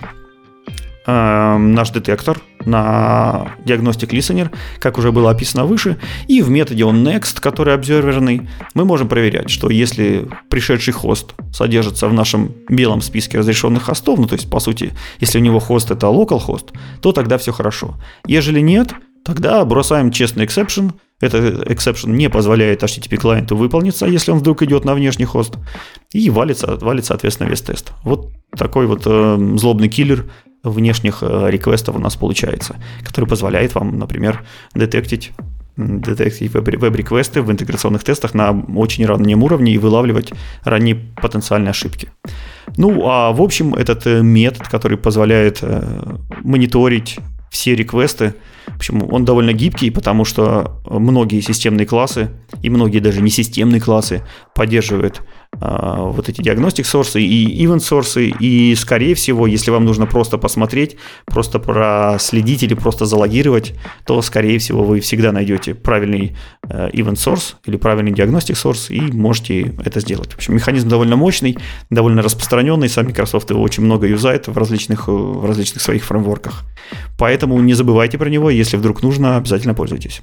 детектор на Diagnostic Listener, как уже было описано выше, и в методе onNext, который обсерверный, мы можем проверять, что если пришедший хост содержится в нашем белом списке разрешенных хостов, ну то есть по сути, если у него хост это localhost, то тогда все хорошо. Ежели нет, тогда бросаем честный exception. Этот exception не позволяет HTTP клиенту выполниться, если он вдруг идет на внешний хост, и валится соответственно весь тест. Вот такой вот злобный киллер внешних реквестов у нас получается, который позволяет вам, например, детектить веб-реквесты в интеграционных тестах на очень раннем уровне и вылавливать ранние потенциальные ошибки. Ну, а в общем, этот метод, который позволяет мониторить все реквесты, в общем, он довольно гибкий, потому что многие системные классы и многие даже несистемные классы поддерживают вот эти диагностик сорсы и event сорсы, и скорее всего, если вам нужно просто посмотреть, просто проследить или просто залогировать, то скорее всего вы всегда найдете правильный event source или правильный диагностик source и можете это сделать. В общем, механизм довольно мощный, довольно распространенный, сам Microsoft его очень много юзает в различных своих фреймворках. Поэтому не забывайте про него, если вдруг нужно, обязательно пользуйтесь.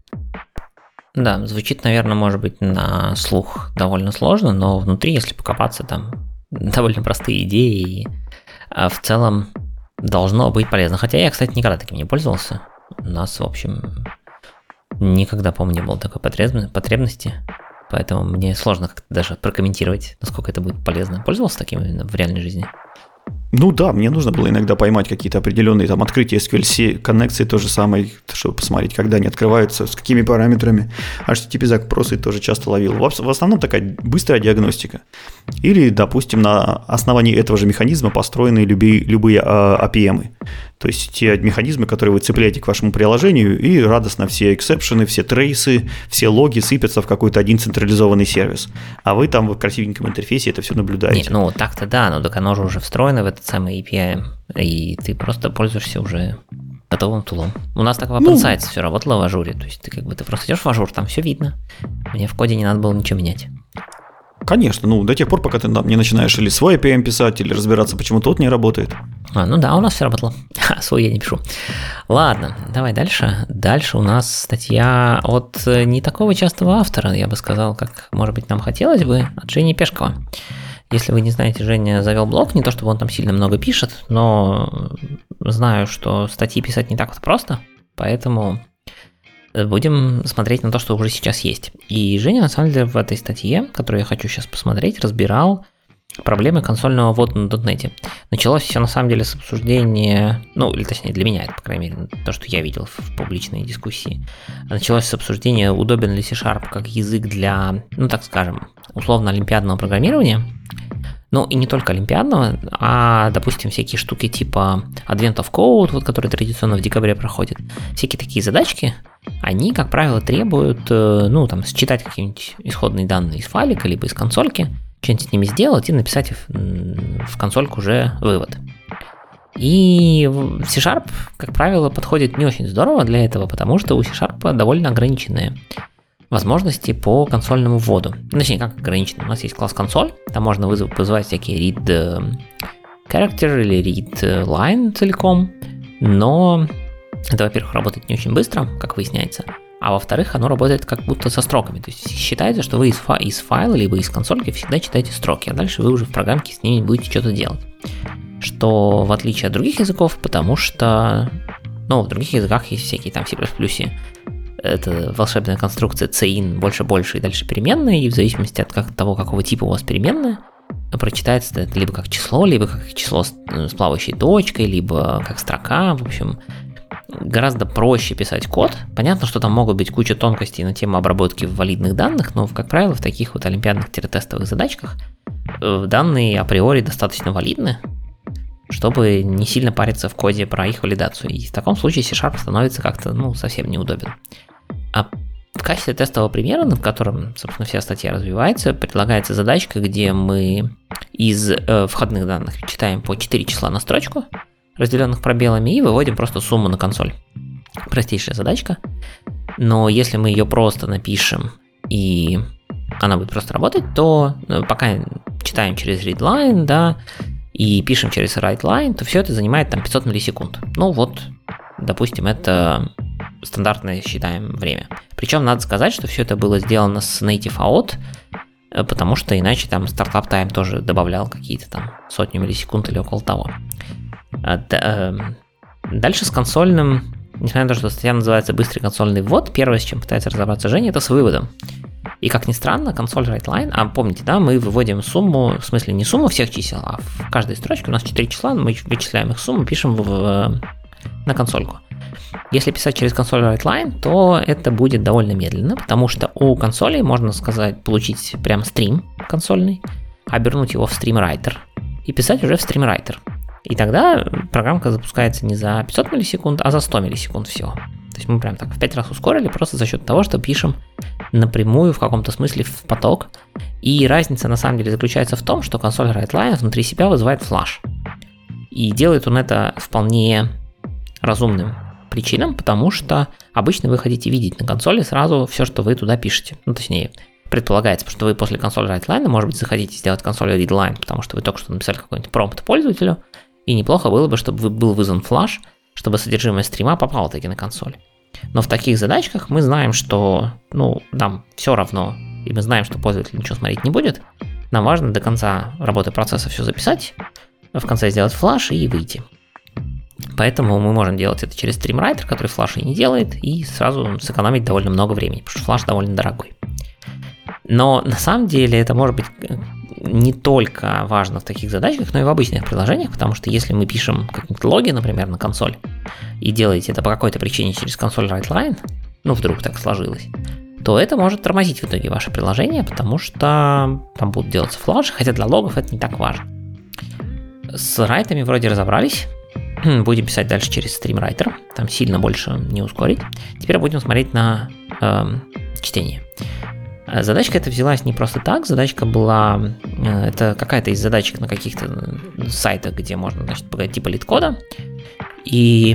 Да, звучит, наверное, может быть, на слух довольно сложно, но внутри, если покопаться, там довольно простые идеи, и в целом должно быть полезно. Хотя я, кстати, никогда таким не пользовался. У нас, в общем, никогда, по-моему, не было такой потребности, поэтому мне сложно как-то даже прокомментировать, насколько это будет полезно. Пользовался таким именно в реальной жизни? Ну да, мне нужно было иногда поймать какие-то определенные там открытия SQL коннекции, то же самое, чтобы посмотреть, когда они открываются, с какими параметрами. HTTP запросы тоже часто ловил. В основном такая быстрая диагностика. Или, допустим, на основании этого же механизма построены любые APM. То есть те механизмы, которые вы цепляете к вашему приложению, и радостно все эксепшены, все трейсы, все логи сыпятся в какой-то один централизованный сервис. А вы там в красивеньком интерфейсе это все наблюдаете. Не, ну так-то да, но так оно же уже встроено в этот самый API, и ты просто пользуешься уже готовым тулом. У нас так в OpenSites все работало в ажуре, то есть ты просто идешь в ажур, там все видно. Мне в коде не надо было ничего менять. Конечно, до тех пор, пока ты не начинаешь или свой APM писать, или разбираться, почему тот не работает. Ну да, у нас все работало. Свой я не пишу. Ладно, давай дальше. Дальше у нас статья от не такого частого автора, я бы сказал, как, может быть, нам хотелось бы, от Жени Пешкова. Если вы не знаете, Женя завел блог, не то чтобы он там сильно много пишет, но знаю, что статьи писать не так вот просто, поэтому будем смотреть на то, что уже сейчас есть. И Женя, на самом деле, в этой статье, которую я хочу сейчас посмотреть, разбирал проблемы консольного ввода на .NET. Началось все на самом деле с обсуждения, ну, или точнее для меня, это, по крайней мере, то, что я видел в публичной дискуссии. Началось с обсуждения, удобен ли C# как язык для, ну, так скажем, условно-олимпиадного программирования. Ну, и не только олимпиадного, а, допустим, всякие штуки типа Advent of Code, вот, который традиционно в декабре проходит. Всякие такие задачки, они, как правило, требуют, ну, там, считать какие-нибудь исходные данные из файлика, либо из консольки, что-нибудь с ними сделать и написать в консольку уже вывод. И C#, как правило, подходит не очень здорово для этого, потому что у C# довольно ограниченные возможности по консольному вводу. Точнее, как ограничено. У нас есть класс консоль, там можно вызывать всякие read character или read line целиком, но это, во-первых, работает не очень быстро, как выясняется, а во-вторых, оно работает как будто со строками. То есть считается, что вы из файла либо из консольки всегда читаете строки, а дальше вы уже в программке с ними будете что-то делать. Что в отличие от других языков, потому что, ну, в других языках есть всякие там C++, это волшебная конструкция cin больше и дальше переменная, и в зависимости от того, какого типа у вас переменная, прочитается это либо как число, либо как число с плавающей точкой, либо как строка. В общем, гораздо проще писать код. Понятно, что там могут быть куча тонкостей на тему обработки валидных данных, но, как правило, в таких вот олимпиадных-тестовых задачках данные априори достаточно валидны, чтобы не сильно париться в коде про их валидацию. И в таком случае C# становится как-то, ну, совсем неудобен. А в качестве тестового примера, над которым, собственно, вся статья развивается, предлагается задачка, где мы из входных данных читаем по 4 числа на строчку, разделенных пробелами, и выводим просто сумму на консоль. Простейшая задачка, но если мы ее просто напишем и она будет просто работать, то пока читаем через readline, да, и пишем через writeline, то все это занимает там 500 миллисекунд. Ну вот, допустим, это стандартное считаем время. Причем надо сказать, что все это было сделано с native out, потому что иначе там Startup Time тоже добавлял какие-то там сотню миллисекунд или около того. Дальше с консольным, несмотря на то, что статья называется «Быстрый консольный ввод», первое, с чем пытается разобраться Женя, это с выводом. И как ни странно, консоль writeline, а помните, да, мы выводим сумму, в смысле не сумму всех чисел, а в каждой строчке у нас 4 числа, мы вычисляем их сумму, пишем на консольку. Если писать через консоль writeline, то это будет довольно медленно, потому что у консолей можно сказать, получить прям стрим консольный, обернуть его в стримрайтер и писать уже в стримрайтер. И тогда программка запускается не за 500 миллисекунд, а за 100 миллисекунд всего. То есть мы прям так в 5 раз ускорили просто за счет того, что пишем напрямую в каком-то смысле в поток. И разница на самом деле заключается в том, что консоль writeline внутри себя вызывает флаш. И делает он это вполне разумным причинам, потому что обычно вы хотите видеть на консоли сразу все, что вы туда пишете. Ну, точнее, предполагается, что вы после консоли writeline, может быть, захотите сделать консоль readline, потому что вы только что написали какой-нибудь промпт пользователю, и неплохо было бы, чтобы был вызван флаш, чтобы содержимое стрима попало таки на консоль. Но в таких задачках мы знаем, что, ну, нам все равно, и мы знаем, что пользователь ничего смотреть не будет. Нам важно до конца работы процесса все записать, в конце сделать флаш и выйти. Поэтому мы можем делать это через стримрайтер, который флаши не делает, и сразу сэкономить довольно много времени, потому что флаш довольно дорогой. Но на самом деле это может быть не только важно в таких задачках, но и в обычных приложениях, потому что если мы пишем какие-то логи, например, на консоль, и делаете это по какой-то причине через консоль writeline, ну вдруг так сложилось, то это может тормозить в итоге ваше приложение, потому что там будут делаться флажи, хотя для логов это не так важно. С райтами вроде разобрались. Будем писать дальше через стримрайтер, там сильно больше не ускорить. Теперь будем смотреть на чтение. Задачка эта взялась не просто так, задачка была, это какая-то из задачек на каких-то сайтах, где можно, значит, типа лид-кода. И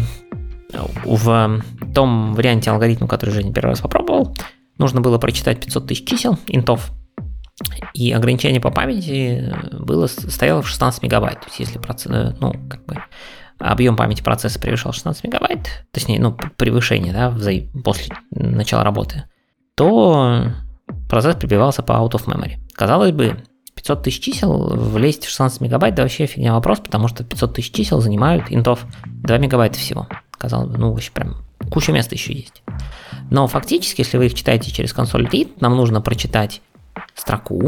в том варианте алгоритма, который Женя первый раз попробовал, нужно было прочитать 500 тысяч чисел, интов, и ограничение по памяти стояло в 16 мегабайт. То есть если объем памяти процесса превышал 16 мегабайт, точнее, превышение, да, после начала работы, то процесс прибивался по out of memory. Казалось бы, 500 тысяч чисел влезть в 16 мегабайт, да вообще фигня вопрос, потому что 500 тысяч чисел занимают интов 2 мегабайта всего. Казалось бы, вообще прям куча места еще есть. Но фактически, если вы их читаете через консоль read, нам нужно прочитать строку,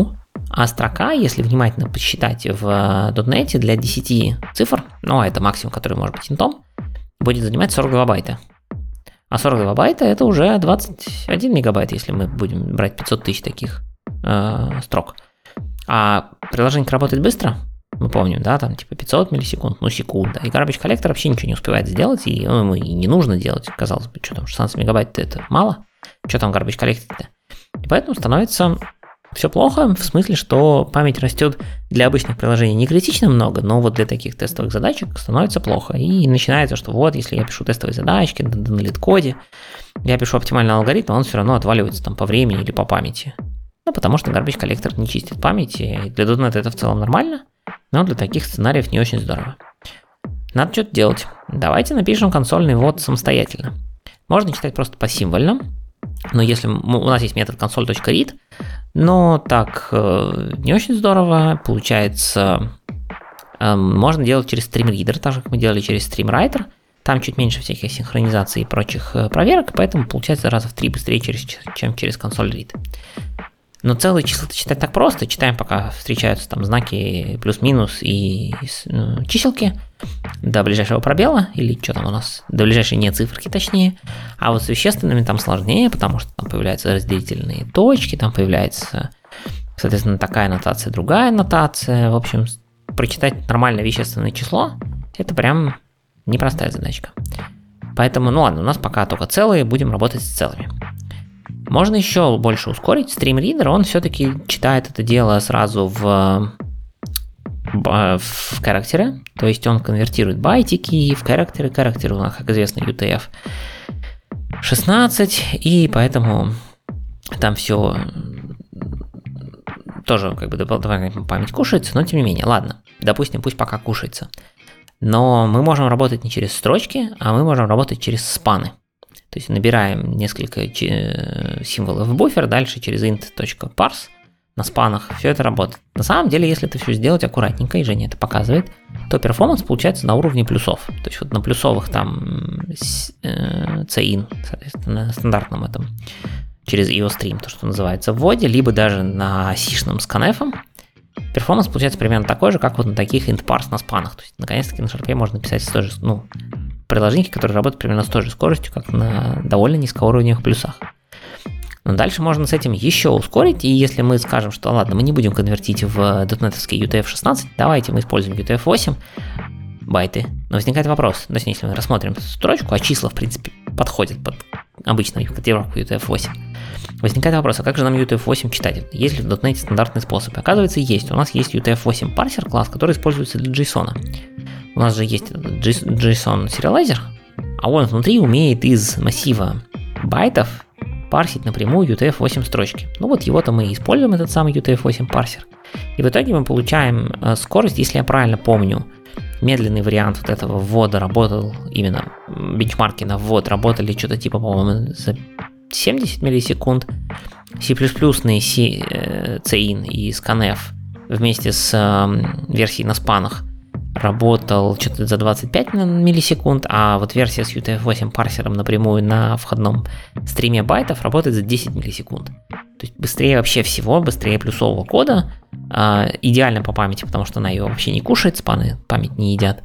А строка, если внимательно посчитать в .NET для 10 цифр, ну, это максимум, который может быть интом, будет занимать 40 гигабайта. А 40 гигабайта это уже 21 мегабайт, если мы будем брать 500 тысяч таких строк. А приложение работает быстро, мы помним, да, там типа 500 миллисекунд, ну секунда. И garbage collector вообще ничего не успевает сделать, и ему и не нужно делать, казалось бы, что там 16 мегабайт это мало, что там garbage collector-то. И поэтому становится все плохо, в смысле, что память растет для обычных приложений не критично много, но вот для таких тестовых задачек становится плохо. И начинается, что вот, если я пишу тестовые задачки на лид-коде, я пишу оптимальный алгоритм, он все равно отваливается там по времени или по памяти. Ну, потому что garbage collector не чистит память, и для .NET это в целом нормально, но для таких сценариев не очень здорово. Надо что-то делать. Давайте напишем консольный ввод самостоятельно. Можно читать просто по символьным, но если у нас есть метод console.read, но так не очень здорово, получается, можно делать через StreamReader, так же, как мы делали через StreamWriter. Там чуть меньше всяких синхронизаций и прочих проверок, поэтому получается раза в 3 быстрее, чем через console.read. Но целые числа читать так просто. Читаем, пока встречаются там знаки плюс-минус и чиселки до ближайшего пробела, или что там у нас, до ближайшей не циферки точнее. А вот с вещественными там сложнее, потому что там появляются разделительные точки, там появляется, соответственно, такая нотация, другая нотация. В общем, прочитать нормальное вещественное число – это прям непростая задачка. Поэтому, ну ладно, у нас пока только целые, будем работать с целыми. Можно еще больше ускорить. StreamReader, он все-таки читает это дело сразу в характеры, то есть он конвертирует байтики в характеры. Характеры у нас, как известно, UTF-16, и поэтому там все тоже как бы дополнительная память кушается, но тем не менее, ладно, допустим, пусть пока кушается. Но мы можем работать не через строчки, а мы можем работать через спаны. То есть набираем несколько символов в буфер, дальше через int.parse на спанах все это работает. На самом деле, если это все сделать аккуратненько, и Женя это показывает, то перформанс получается на уровне плюсов. То есть вот на плюсовых там cin, соответственно, стандартном этом, через EOStream, то, что называется, вводе, либо даже на C-шном scanf, перформанс получается примерно такой же, как вот на таких int.parse на спанах. То есть наконец-таки на Sharp можно писать с той же, приложения, которые работают примерно с той же скоростью, как на довольно низкоуровневых плюсах. Но дальше можно с этим еще ускорить, и если мы скажем, что ладно, мы не будем конвертить в .NET-овский UTF-16, давайте мы используем UTF-8 байты. Но возникает вопрос, то есть если мы рассмотрим строчку, а числа в принципе подходят под обычную котировку UTF-8, возникает вопрос, а как же нам UTF-8 читать? Есть ли в .NET стандартный способ? Оказывается, есть. У нас есть UTF-8 парсер класс, который используется для JSON. У нас же есть JSON сериалайзер, а он внутри умеет из массива байтов парсить напрямую UTF-8 строчки. Ну вот его-то мы и используем, этот самый UTF-8 парсер. И в итоге мы получаем скорость, если я правильно помню, медленный вариант вот этого ввода работал, именно бенчмарки на ввод работали что-то типа, по-моему, за 70 миллисекунд. C++-ные cin и scanf вместе с версией на спанах работал что-то за 25 миллисекунд, а вот версия с UTF-8 парсером напрямую на входном стриме байтов работает за 10 миллисекунд. То есть быстрее вообще всего, быстрее плюсового кода, идеально по памяти, потому что она ее вообще не кушает, спаны память не едят.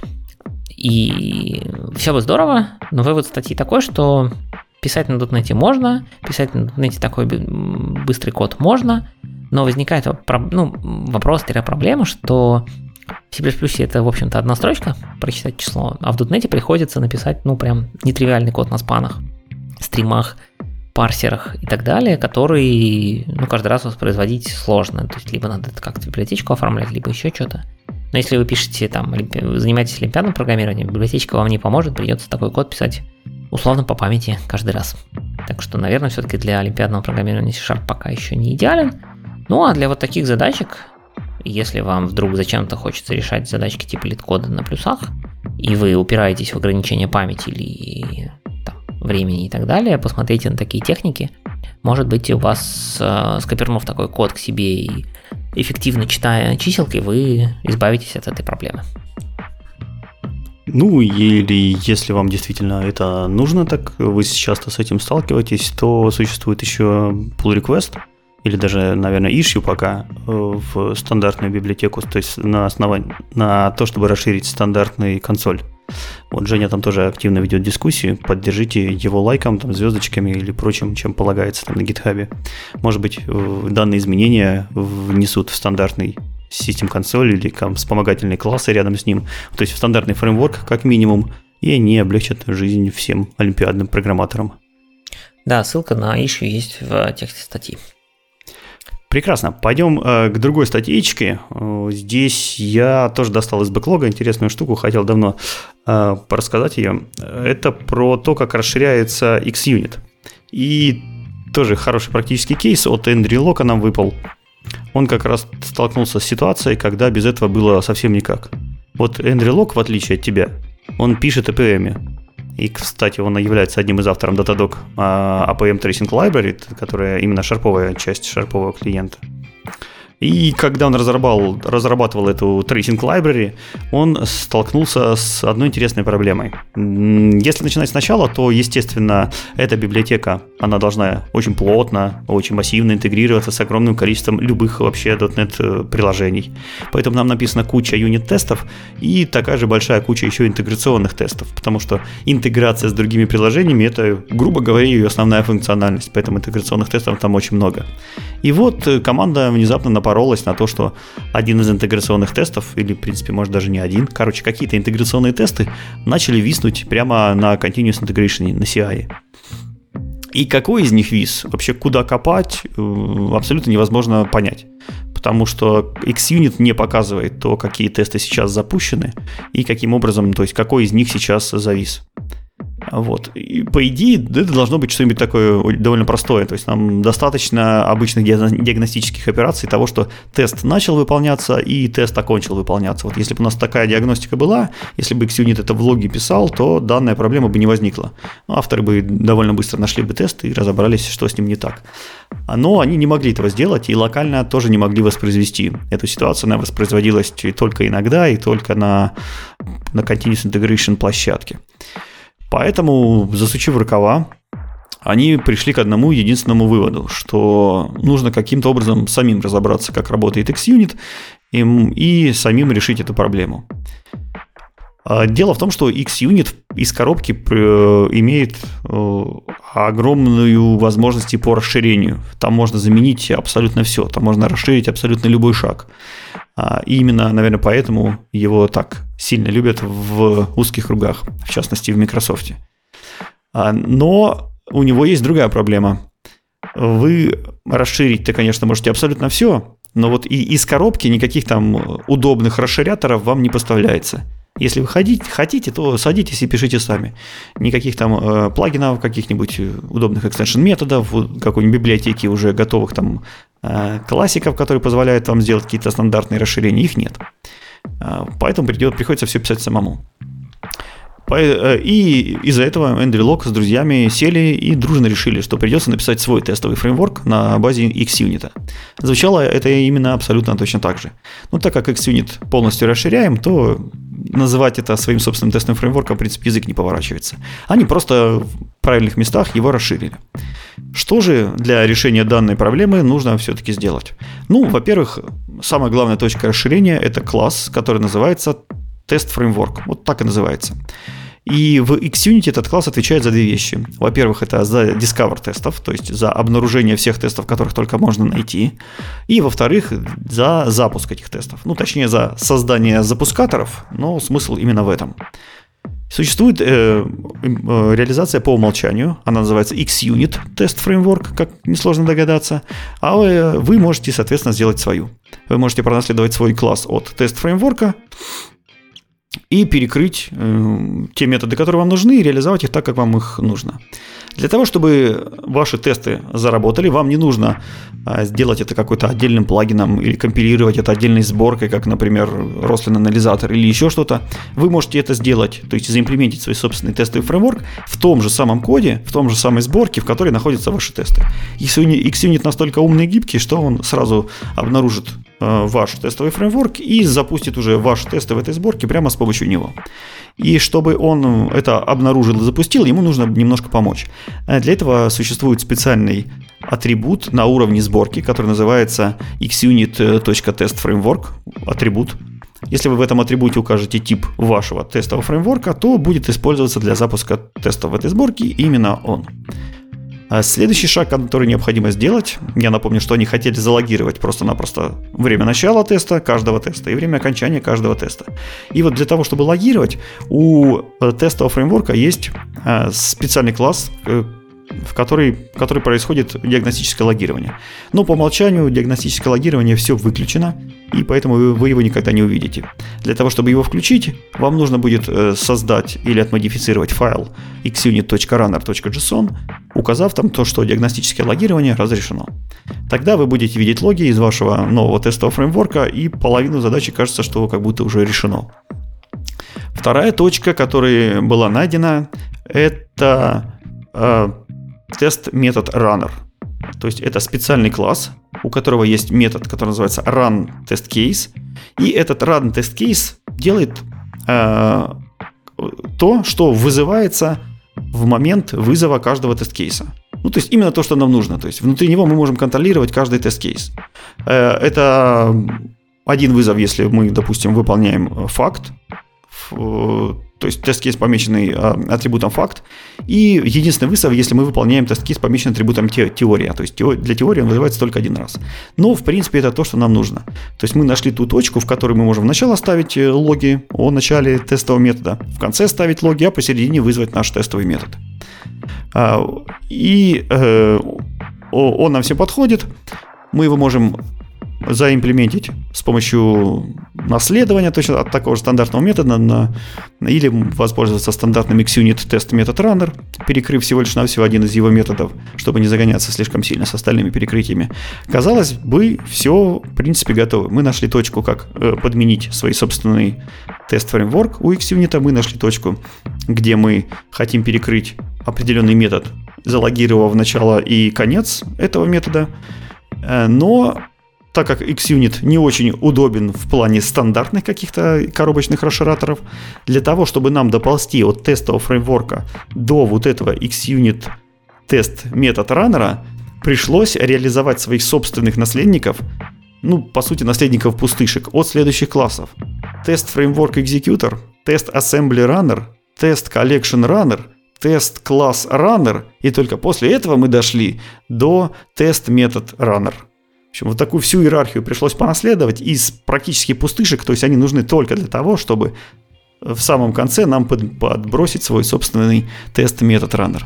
И все бы здорово, но вывод статьи такой, что писать на .NET можно, писать на .NET такой быстрый код можно, но возникает вопрос-проблема, что в C++ это, в общем-то, одна строчка, прочитать число, а в .NET приходится написать, прям нетривиальный код на спанах, стримах, парсерах и так далее, который, каждый раз воспроизводить сложно. То есть, либо надо это как-то библиотечку оформлять, либо еще что-то. Но если вы пишете, вы занимаетесь олимпиадным программированием, библиотечка вам не поможет, придется такой код писать условно по памяти каждый раз. Так что, наверное, все-таки для олимпиадного программирования C# пока еще не идеален. Ну, а для вот таких задачек, если вам вдруг зачем-то хочется решать задачки типа лид-кода на плюсах, и вы упираетесь в ограничение памяти или времени и так далее, посмотрите на такие техники. Может быть, у вас, скопировав такой код к себе и эффективно читая чиселки, вы избавитесь от этой проблемы. Ну, или если вам действительно это нужно, так вы часто с этим сталкиваетесь, то существует еще pull request или даже, наверное, issue пока в стандартную библиотеку, то есть на то, чтобы расширить стандартный консоль. Вот Женя там тоже активно ведет дискуссию. Поддержите его лайком, там, звездочками или прочим, чем полагается там на GitHub. Может быть, данные изменения внесут в стандартный System консоль или вспомогательные классы рядом с ним, то есть в стандартный фреймворк как минимум, и они облегчат жизнь всем олимпиадным программаторам. Да, ссылка на issue есть в тексте статьи. Прекрасно. Пойдем к другой статейке. Здесь я тоже достал из бэклога интересную штуку, хотел давно порассказать ее. Это про то, как расширяется XUnit. И тоже хороший практический кейс от Эндрю Лока нам выпал. Он как раз столкнулся с ситуацией, когда без этого было совсем никак. Вот Эндрю Лок, в отличие от тебя, он пишет APM. И, кстати, он является одним из авторов Datadog APM Tracing Library, которая именно шарповая часть шарпового клиента. И когда он разрабатывал эту Tracing Library, он столкнулся с одной интересной проблемой. Если начинать сначала, то, естественно, эта библиотека, она должна очень плотно, очень массивно интегрироваться с огромным количеством любых вообще .NET приложений. Поэтому нам написана куча юнит-тестов и такая же большая куча еще интеграционных тестов, потому что интеграция с другими приложениями – это, грубо говоря, ее основная функциональность, поэтому интеграционных тестов там очень много. И вот команда внезапно напоролась на то, что один из интеграционных тестов, или, в принципе, может, даже не один, какие-то интеграционные тесты начали виснуть прямо на Continuous Integration, на CI. И какой из них вис, вообще куда копать, абсолютно невозможно понять. Потому что XUnit не показывает то, какие тесты сейчас запущены, и каким образом, то есть какой из них сейчас завис. Вот. И по идее, это должно быть что-нибудь такое довольно простое. То есть нам достаточно обычных диагностических операций того, что тест начал выполняться и тест окончил выполняться. Вот если бы у нас такая диагностика была, если бы XUnit это в логе писал, то данная проблема бы не возникла. Авторы бы довольно быстро нашли бы тест и разобрались, что с ним не так. Но они не могли этого сделать и локально тоже не могли воспроизвести эту ситуацию. Она воспроизводилась только иногда и только на Continuous Integration площадке. Поэтому, засучив рукава, они пришли к одному единственному выводу, что нужно каким-то образом самим разобраться, как работает XUnit, и самим решить эту проблему. Дело в том, что XUnit из коробки имеет огромную возможность по расширению. Там можно заменить абсолютно все, там можно расширить абсолютно любой шаг. И именно, наверное, поэтому его так сильно любят в узких кругах, в частности в Microsoft. Но у него есть другая проблема. Вы расширить-то, конечно, можете абсолютно все, но вот и из коробки никаких там удобных расширяторов вам не поставляется. Если вы хотите, то садитесь и пишите сами. Никаких там плагинов, каких-нибудь удобных экстеншн методов, какой-нибудь библиотеки уже готовых там классиков, которые позволяют вам сделать какие-то стандартные расширения, их нет. Поэтому приходится все писать самому. И из-за этого Эндрю Лок с друзьями сели и дружно решили, что придется написать свой тестовый фреймворк на базе XUnit. Звучало это именно абсолютно точно так же. Но так как XUnit полностью расширяем, то называть это своим собственным тестовым фреймворком, в принципе, язык не поворачивается. Они просто в правильных местах его расширили. Что же для решения данной проблемы нужно все-таки сделать? Ну, во-первых, самая главная точка расширения – это класс, который называется тест-фреймворк. Вот так и называется. И в XUnit этот класс отвечает за две вещи. Во-первых, это за discover тестов, то есть за обнаружение всех тестов, которых только можно найти. И, во-вторых, за запуск этих тестов. Ну, точнее, за создание запускаторов, но смысл именно в этом. Существует реализация по умолчанию, она называется XUnit Test Framework, как несложно догадаться, а вы можете, соответственно, сделать свою. Вы можете пронаследовать свой класс от тест-фреймворка и перекрыть те методы, которые вам нужны, и реализовать их так, как вам их нужно. Для того, чтобы ваши тесты заработали, вам не нужно сделать это какой-то отдельным плагином или компилировать это отдельной сборкой, как, например, Roslyn анализатор или еще что-то. Вы можете это сделать, то есть заимплементить свой собственный тестовый фреймворк в том же самом коде, в том же самой сборке, в которой находятся ваши тесты. XUnit настолько умный и гибкий, что он сразу обнаружит ваш тестовый фреймворк и запустит уже ваши тесты в этой сборке прямо с помощью него. И чтобы он это обнаружил и запустил, ему нужно немножко помочь. Для этого существует специальный атрибут на уровне сборки, который называется xunit.testFramework, атрибут. Если вы в этом атрибуте укажете тип вашего тестового фреймворка, то будет использоваться для запуска тестов в этой сборке именно он. А следующий шаг, который необходимо сделать, я напомню, что они хотели залогировать просто-напросто время начала теста, каждого теста, и время окончания каждого теста. И вот для того, чтобы логировать, у тестового фреймворка есть специальный класс, в который происходит диагностическое логирование. Но по умолчанию диагностическое логирование все выключено, и поэтому вы его никогда не увидите. Для того, чтобы его включить, вам нужно будет создать или отмодифицировать файл xunit.runner.json, указав там то, что диагностическое логирование разрешено. Тогда вы будете видеть логи из вашего нового тестового фреймворка, и половину задачи кажется, что как будто уже решено. Вторая точка, которая была найдена, это тест метод runner. То есть это специальный класс, у которого есть метод, который называется runTestCase. И этот runTestCase делает то, что вызывается в момент вызова каждого тест-кейса. Ну, то есть именно то, что нам нужно. То есть внутри него мы можем контролировать каждый тест-кейс. Это один вызов, если мы, допустим, выполняем факт, то есть тест-кейс, помеченный атрибутом факт, и единственный вызов, если мы выполняем тест-кейс, помеченный атрибутом теория. То есть для теории он вызывается только один раз. Но, в принципе, это то, что нам нужно. То есть мы нашли ту точку, в которой мы можем вначале ставить логи о начале тестового метода, в конце ставить логи, а посередине вызвать наш тестовый метод. И он нам все подходит. Мы его можем заимплементить с помощью наследования точно от такого же стандартного метода или воспользоваться стандартным xunit test метод runner, перекрыв всего лишь навсего один из его методов, чтобы не загоняться слишком сильно с остальными перекрытиями. Казалось бы, все в принципе готово. Мы нашли точку, как подменить свой собственный тест-фреймворк у xunit, мы нашли точку, где мы хотим перекрыть определенный метод, залогировав начало и конец этого метода, но так как xunit не очень удобен в плане стандартных каких-то коробочных расшираторов, для того, чтобы нам доползти от тестового фреймворка до вот этого xunit тест метод раннера, пришлось реализовать своих собственных наследников, по сути, наследников пустышек от следующих классов: тест фреймворк executor, тест assembly runner, тест collection runner, тест класс runner, и только после этого мы дошли до тест метод runner. В общем, вот такую всю иерархию пришлось понаследовать из практически пустышек, то есть они нужны только для того, чтобы в самом конце нам подбросить свой собственный тест метод runner.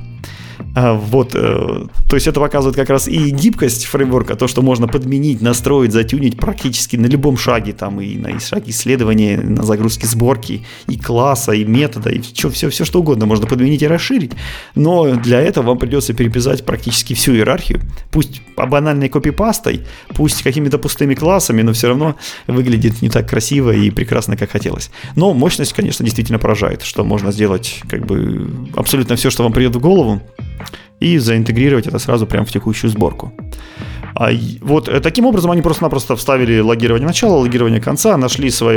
То есть это показывает как раз и гибкость фреймворка, то, что можно подменить, настроить, затюнить практически на любом шаге, там и на шаге исследования, на загрузке сборки, и класса, и метода, и все что угодно можно подменить и расширить, но для этого вам придется переписать практически всю иерархию, пусть банальной копипастой, пусть какими-то пустыми классами, но все равно выглядит не так красиво и прекрасно, как хотелось. Но мощность, конечно, действительно поражает, что можно сделать абсолютно все, что вам придет в голову, и заинтегрировать это сразу прямо в текущую сборку. Таким образом они просто-напросто вставили логирование начала, логирование конца, нашли свой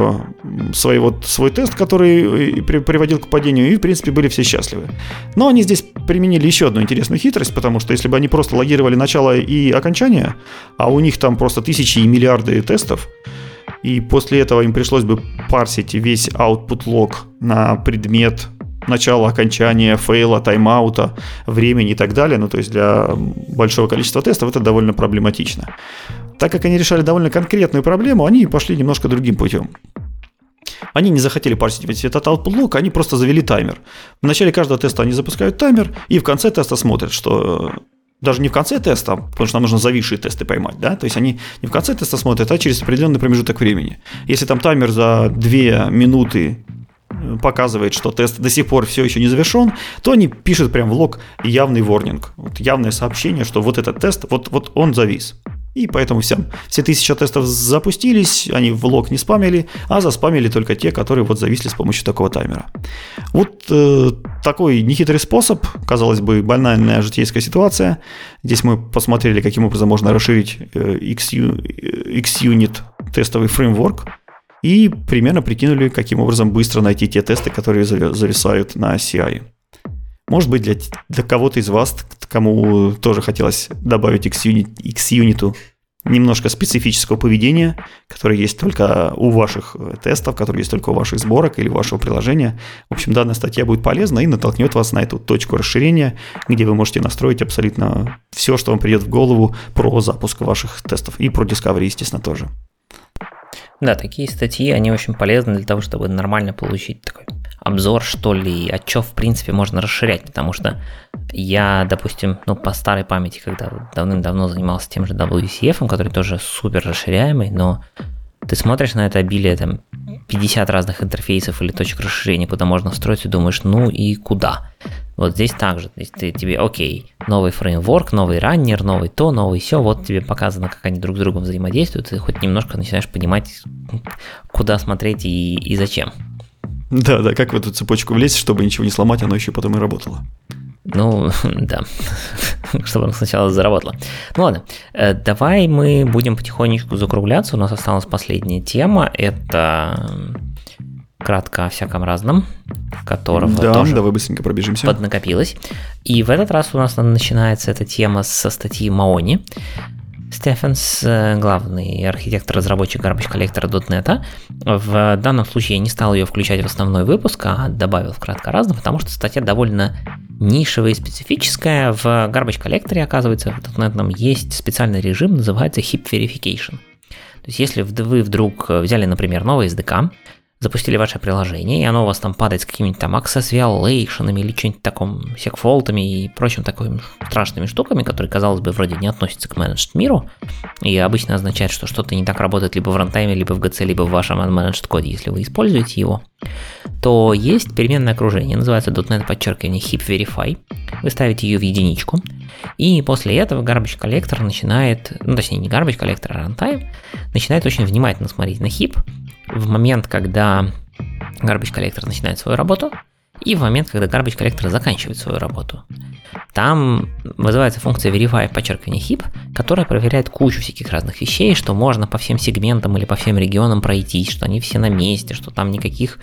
тест, который приводил к падению, и, в принципе, были все счастливы. Но они здесь применили еще одну интересную хитрость, потому что если бы они просто логировали начало и окончание, а у них там просто тысячи и миллиарды тестов, и после этого им пришлось бы парсить весь output log на предмет начала, окончания, фейла, тайм-аута, времени и так далее, то есть для большого количества тестов это довольно проблематично. Так как они решали довольно конкретную проблему, они пошли немножко другим путем. Они не захотели парсить весь этот output log, они просто завели таймер. В начале каждого теста они запускают таймер, и в конце теста смотрят, что даже не в конце теста, потому что нам нужно зависшие тесты поймать, да, то есть они не в конце теста смотрят, а через определенный промежуток времени. Если там таймер за 2 минуты показывает, что тест до сих пор все еще не завершен, то они пишут прям в лог явный ворнинг, явное сообщение, что вот этот тест, вот он завис. И поэтому все 1000 тестов запустились, они в лог не спамили, а заспамили только те, которые зависли с помощью такого таймера. Такой нехитрый способ, казалось бы, банальная житейская ситуация. Здесь мы посмотрели, каким образом можно расширить xunit тестовый фреймворк, и примерно прикинули, каким образом быстро найти те тесты, которые зависают на CI. Может быть, для кого-то из вас, кому тоже хотелось добавить X-Unit немножко специфического поведения, которое есть только у ваших тестов, которое есть только у ваших сборок или вашего приложения. В общем, данная статья будет полезна и натолкнет вас на эту точку расширения, где вы можете настроить абсолютно все, что вам придет в голову про запуск ваших тестов и про Discovery, естественно, тоже. Да, такие статьи, они очень полезны для того, чтобы нормально получить такой обзор, что ли, от чего, в принципе, можно расширять, потому что я, допустим, по старой памяти, когда давным-давно занимался тем же WCF, который тоже супер расширяемый, но ты смотришь на это обилие, 50 разных интерфейсов или точек расширения, куда можно встроить, и думаешь, и куда? Вот здесь также, здесь тебе, окей, новый фреймворк, новый раннер, новый то, новый сё, вот тебе показано, как они друг с другом взаимодействуют, и ты хоть немножко начинаешь понимать, куда смотреть и зачем. Да, как в эту цепочку влезть, чтобы ничего не сломать, оно еще потом и работало. Да, чтобы оно сначала заработало. Ладно, давай мы будем потихонечку закругляться, у нас осталась последняя тема, это кратко о всяком разном, которого тоже давай быстренько пробежимся. Поднакопилось. И в этот раз у нас начинается эта тема со статьи Маони. Стефенс, главный архитектор-разработчик Garbage Collector.net. В данном случае я не стал ее включать в основной выпуск, а добавил в кратко разно, потому что статья довольно нишевая и специфическая. В Garbage Collector, оказывается, в .NET есть специальный режим, называется Heap Verification. То есть если вы вдруг взяли, например, новый SDK, запустили ваше приложение, и оно у вас там падает с какими-нибудь там access violation или что-нибудь таком, segfault'ами и прочим такими страшными штуками, которые, казалось бы, вроде не относятся к managed миру, и обычно означает, что что-то не так работает либо в рантайме, либо в GC, либо в вашем unmanaged коде, если вы используете его, то есть переменное окружение, называется .NET heap verify, вы ставите ее в единичку, и после этого Garbage Collector начинает, точнее не Garbage Collector, а runtime, начинает очень внимательно смотреть на heap, в момент, когда Garbage Collector начинает свою работу, и в момент, когда Garbage Collector заканчивает свою работу. Там вызывается функция verify heap, которая проверяет кучу всяких разных вещей, что можно по всем сегментам или по всем регионам пройтись, что они все на месте, что там никаких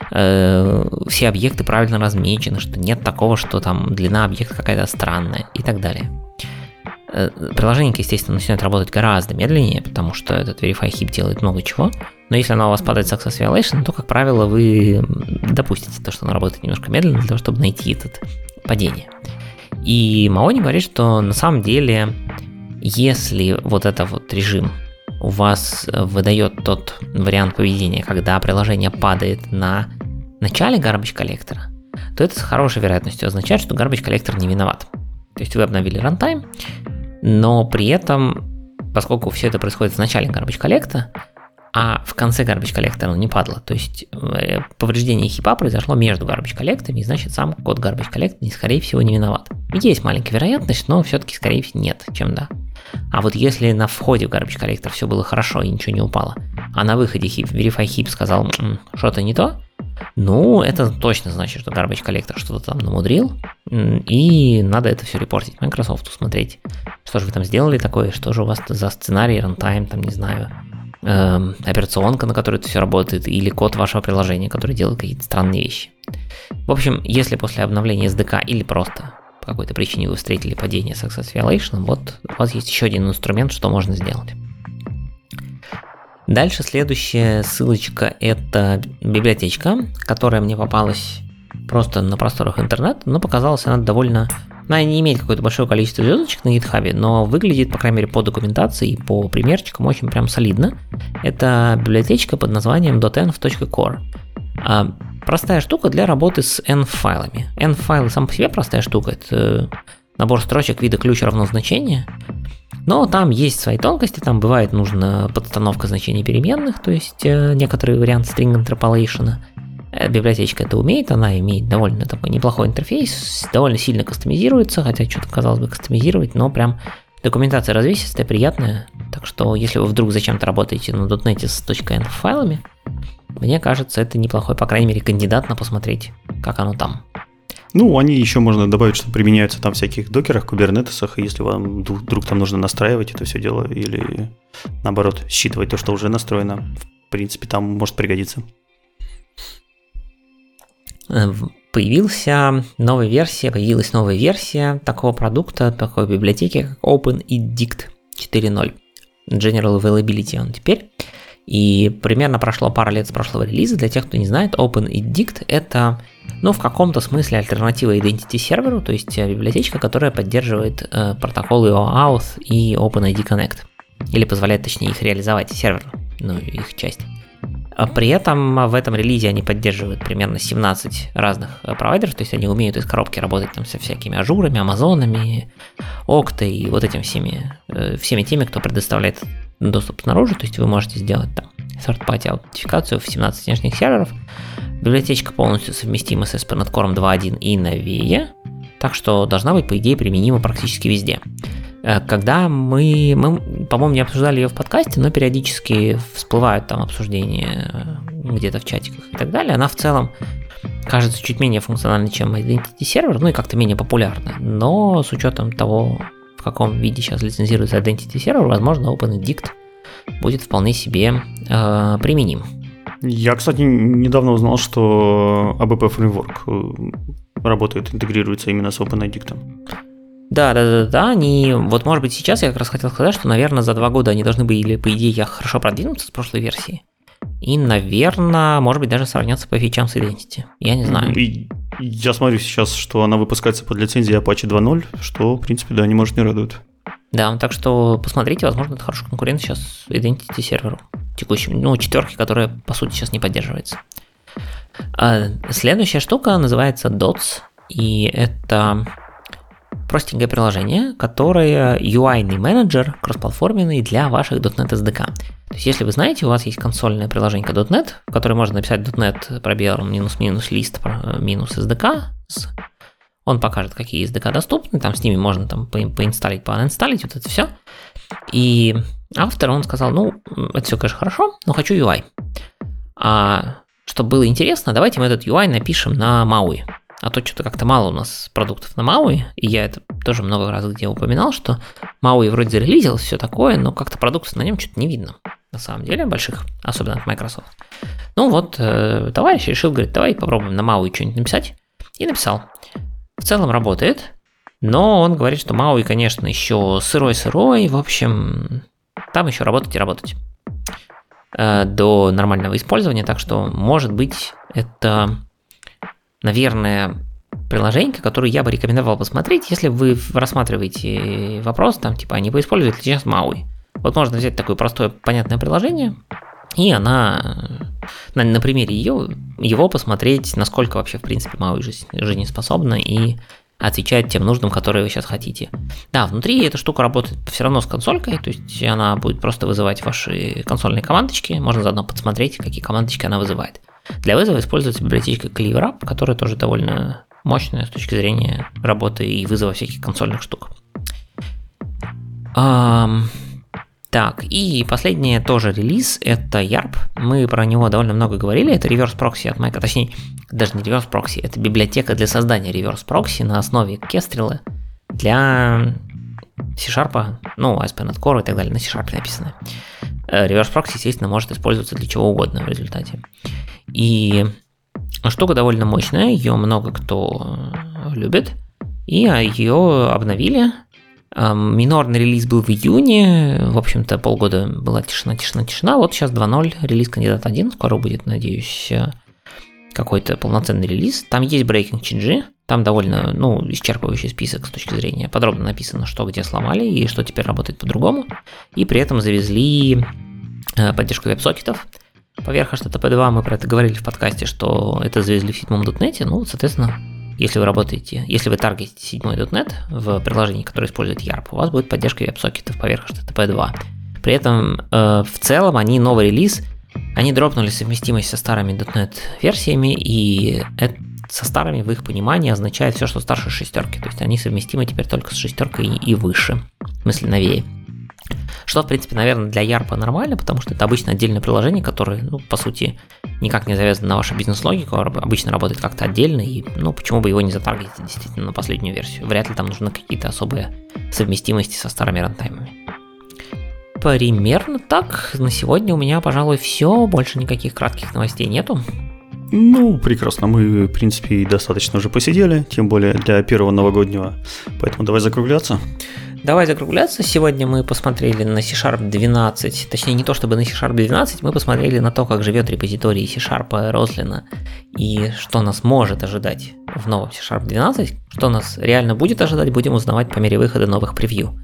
все объекты правильно размечены, что нет такого, что там длина объекта какая-то странная и так далее. Приложение, естественно, начинает работать гораздо медленнее, потому что этот verify heap делает много чего. Но если оно у вас падает с access violation, то, как правило, вы допустите то, что оно работает немножко медленно, для того, чтобы найти это падение. И Маони говорит, что на самом деле, если вот этот вот режим у вас выдает тот вариант поведения, когда приложение падает на начале Garbage Collector, то это с хорошей вероятностью означает, что Garbage Collector не виноват. То есть вы обновили runtime, но при этом, поскольку все это происходит в начале Garbage Collector, а в конце Garbage Collector оно не падало, то есть повреждение хипа произошло между Garbage Collector, и значит сам код Garbage Collector, скорее всего, не виноват. Есть маленькая вероятность, но все-таки, скорее всего, нет, чем да. А вот если на входе в Garbage Collector все было хорошо и ничего не упало, а на выходе Verify Heap сказал, что-то не то, это точно значит, что Garbage Collector что-то там намудрил, и надо это все репортить Microsoft, смотреть, что же вы там сделали такое, что же у вас за сценарий, рантайм, там, не знаю, операционка, на которой это все работает, или код вашего приложения, который делает какие-то странные вещи. В общем, если после обновления SDK или просто по какой-то причине вы встретили падение с access violation, вот у вас есть еще один инструмент, что можно сделать. Дальше следующая ссылочка – это библиотечка, которая мне попалась просто на просторах интернета, но показалась она довольно... Она не имеет какое-то большое количество звездочек на GitHub, но выглядит, по крайней мере, по документации и по примерчикам очень прям солидно. Это библиотечка под названием .env.core. Простая штука для работы с env-файлами. Env-файлы сам по себе простая штука, это набор строчек вида ключ равно значение, но там есть свои тонкости, там бывает нужна подстановка значений переменных, то есть некоторый вариант string interpolation. Библиотечка это умеет, она имеет довольно такой неплохой интерфейс, довольно сильно кастомизируется, хотя что-то казалось бы кастомизировать, но прям документация развесистая, приятная, так что если вы вдруг зачем-то работаете на .NET с .env файлами, мне кажется, это неплохой, по крайней мере, кандидат на посмотреть, как оно там. Они еще можно добавить, что применяются там в всяких докерах, кубернетесах, и если вам вдруг там нужно настраивать это все дело, или наоборот, считывать то, что уже настроено, в принципе, там может пригодиться. появилась новая версия такого продукта, такой библиотеки, как OpenEdict 4.0. General Availability он теперь. И примерно прошло пара лет с прошлого релиза. Для тех, кто не знает, OpenEdict — это, в каком-то смысле альтернатива Identity Server, то есть библиотечка, которая поддерживает протоколы OAuth и OpenID Connect. Или позволяет, точнее, их реализовать, сервер, их часть. При этом в этом релизе они поддерживают примерно 17 разных провайдеров, то есть они умеют из коробки работать там со всякими ажурами, амазонами, октой и вот этим всеми теми, кто предоставляет доступ снаружи, то есть вы можете сделать там third-party аутентификацию в 17 внешних серверов. Библиотечка полностью совместима с ASP.NET Core 2.1 и новее, так что должна быть, по идее, применима практически везде. Когда мы, по-моему, не обсуждали ее в подкасте, но периодически всплывают там обсуждения где-то в чатиках и так далее, она в целом кажется чуть менее функциональной, чем Identity Server, и как-то менее популярна. Но с учетом того, в каком виде сейчас лицензируется Identity Server, возможно, OpenEdict будет вполне себе применим. Я, кстати, недавно узнал, что ABP Framework работает, интегрируется именно с OpenEdict. Да, они, вот может быть сейчас я как раз хотел сказать, что, наверное, за 2 года они должны были, по идее, хорошо продвинуться с прошлой версии. И, наверное, может быть, даже сравняться по фичам с Identity. Я не знаю. И я смотрю сейчас, что она выпускается под лицензией Apache 2.0, что, в принципе, да, не может не радует. Да, так что посмотрите, возможно, это хороший конкурент сейчас Identity серверу текущему, 4, которая, по сути, сейчас не поддерживается. Следующая штука называется Dots, и это простенькое приложение, которое UI-ный менеджер кроссплатформенный для ваших .NET SDK. То есть, если вы знаете, у вас есть консольное приложение .NET, в которое можно написать .NET пробелом -list -SDK, он покажет, какие SDK доступны, там с ними можно там поинсталлить, поанинсталлить, вот это все. И автор, он сказал, это все, конечно, хорошо, но хочу UI. А чтобы было интересно, давайте мы этот UI напишем на MAUI. А то что-то как-то мало у нас продуктов на MAUI, и я это тоже много раз где упоминал, что MAUI вроде зарелизилось, все такое, но как-то продуктов на нем что-то не видно, на самом деле, больших, особенно от Microsoft. Товарищ решил, говорит, давай попробуем на MAUI что-нибудь написать, и написал. В целом работает, но он говорит, что MAUI, конечно, еще сырой, в общем, там еще работать и работать до нормального использования, так что, может быть, это, наверное, приложение, которое я бы рекомендовал посмотреть, если вы рассматриваете вопрос, там, типа, а не поиспользовать ли сейчас MAUI. Вот можно взять такое простое, понятное приложение, и на примере его посмотреть, насколько вообще, в принципе, MAUI жизнеспособна и отвечает тем нуждам, которые вы сейчас хотите. Да, внутри эта штука работает все равно с консолькой, то есть она будет просто вызывать ваши консольные командочки, можно заодно подсмотреть, какие командочки она вызывает. Для вызова используется библиотечка ClearUp, которая тоже довольно мощная с точки зрения работы и вызова всяких консольных штук. Так, и последний тоже релиз, это YARP. Мы про него довольно много говорили, это реверс прокси от Mac, точнее, даже не реверс прокси, это библиотека для создания реверс прокси на основе Kestrel для C-Sharp, ASP.NET Core и так далее, на C-Sharp написано. Реверс прокси, естественно, может использоваться для чего угодно в результате. И штука довольно мощная, ее много кто любит, и ее обновили. Минорный релиз был в июне, в общем-то, полгода была тишина. Вот сейчас 2.0, релиз кандидат 1, скоро будет, надеюсь, какой-то полноценный релиз. Там есть breaking changes, там довольно, исчерпывающий список с точки зрения, подробно написано, что где сломали и что теперь работает по-другому. И при этом завезли поддержку веб-сокетов поверх HTTP 2, мы про это говорили в подкасте, что это завезли в 7.NET, соответственно, если вы таргетите 7.NET в приложении, которое использует YARP, у вас будет поддержка веб-сокетов поверх HTTP 2. При этом в целом они новый релиз, они дропнули совместимость со старыми .NET версиями, и это со старыми в их понимании означает все, что старше 6, то есть они совместимы теперь только с 6 и выше, в смысле новее. Что, в принципе, наверное, для YARP нормально, потому что это обычно отдельное приложение, которое, по сути, никак не завязано на вашу бизнес-логику, обычно работает как-то отдельно, и, почему бы его не затаргетить действительно на последнюю версию? Вряд ли там нужны какие-то особые совместимости со старыми рантаймами. Примерно так. На сегодня у меня, пожалуй, все. Больше никаких кратких новостей нету. Ну, прекрасно. Мы, в принципе, достаточно уже посидели, тем более для первого новогоднего. Поэтому давай закругляться. Давай закругляться. Сегодня мы посмотрели на C-Sharp 12, точнее не то чтобы на C-Sharp 12, мы посмотрели на то, как живет репозиторий C-Sharp Roslyn и что нас может ожидать в новом C-Sharp 12, что нас реально будет ожидать, будем узнавать по мере выхода новых превью.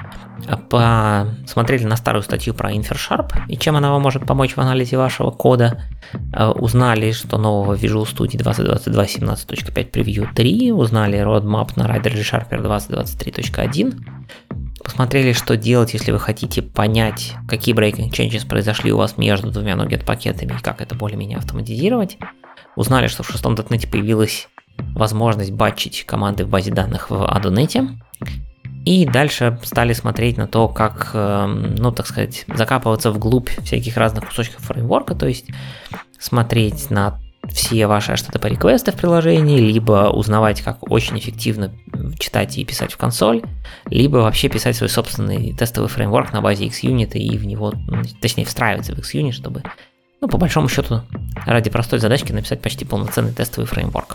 Посмотрели на старую статью про InverSharp и чем она вам может помочь в анализе вашего кода. Узнали, что нового Visual Studio 2022 17.5 превью 3. Узнали roadmap на Rider ReSharper 2023.1. Посмотрели, что делать, если вы хотите понять, какие breaking changes произошли у вас между двумя NuGet пакетами и как это более-менее автоматизировать. Узнали, что в 6-м .NET появилась возможность батчить команды в базе данных в Adonet. И дальше стали смотреть на то, как, так сказать, закапываться вглубь всяких разных кусочков фреймворка, то есть смотреть на все ваши HTTP-реквесты в приложении, либо узнавать, как очень эффективно читать и писать в консоль, либо вообще писать свой собственный тестовый фреймворк на базе XUnit и в него, точнее, встраиваться в XUnit, чтобы, по большому счету, ради простой задачки написать почти полноценный тестовый фреймворк.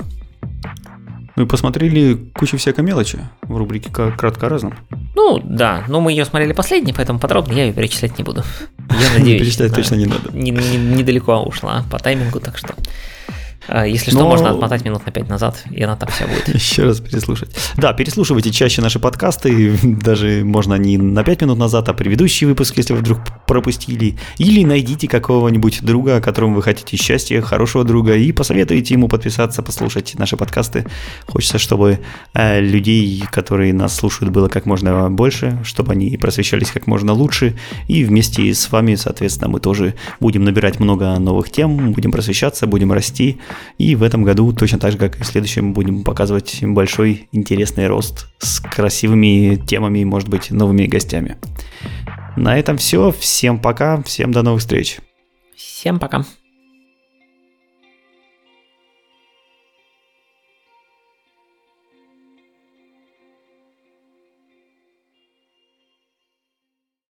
Мы посмотрели кучу всякой мелочи в рубрике «Кратко о разном». Да, но мы ее смотрели последней, поэтому подробно я ее перечислять не буду. Я надеюсь, перечислять точно не надо. Недалеко ушла по таймингу, так что... Если что, можно отмотать минут на 5 назад, и она там вся будет. Еще раз переслушать. Да, переслушивайте чаще наши подкасты, даже можно не на 5 минут назад, а предыдущий выпуск, если вы вдруг пропустили. Или найдите какого-нибудь друга, которому вы хотите счастья, хорошего друга, и посоветуйте ему подписаться, послушать наши подкасты. Хочется, чтобы людей, которые нас слушают, было как можно больше, чтобы они просвещались как можно лучше. И вместе с вами, соответственно, мы тоже будем набирать много новых тем, будем просвещаться, будем расти. И в этом году, точно так же, как и в следующем, будем показывать большой интересный рост с красивыми темами, может быть, новыми гостями. На этом все. Всем пока, всем до новых встреч. Всем пока.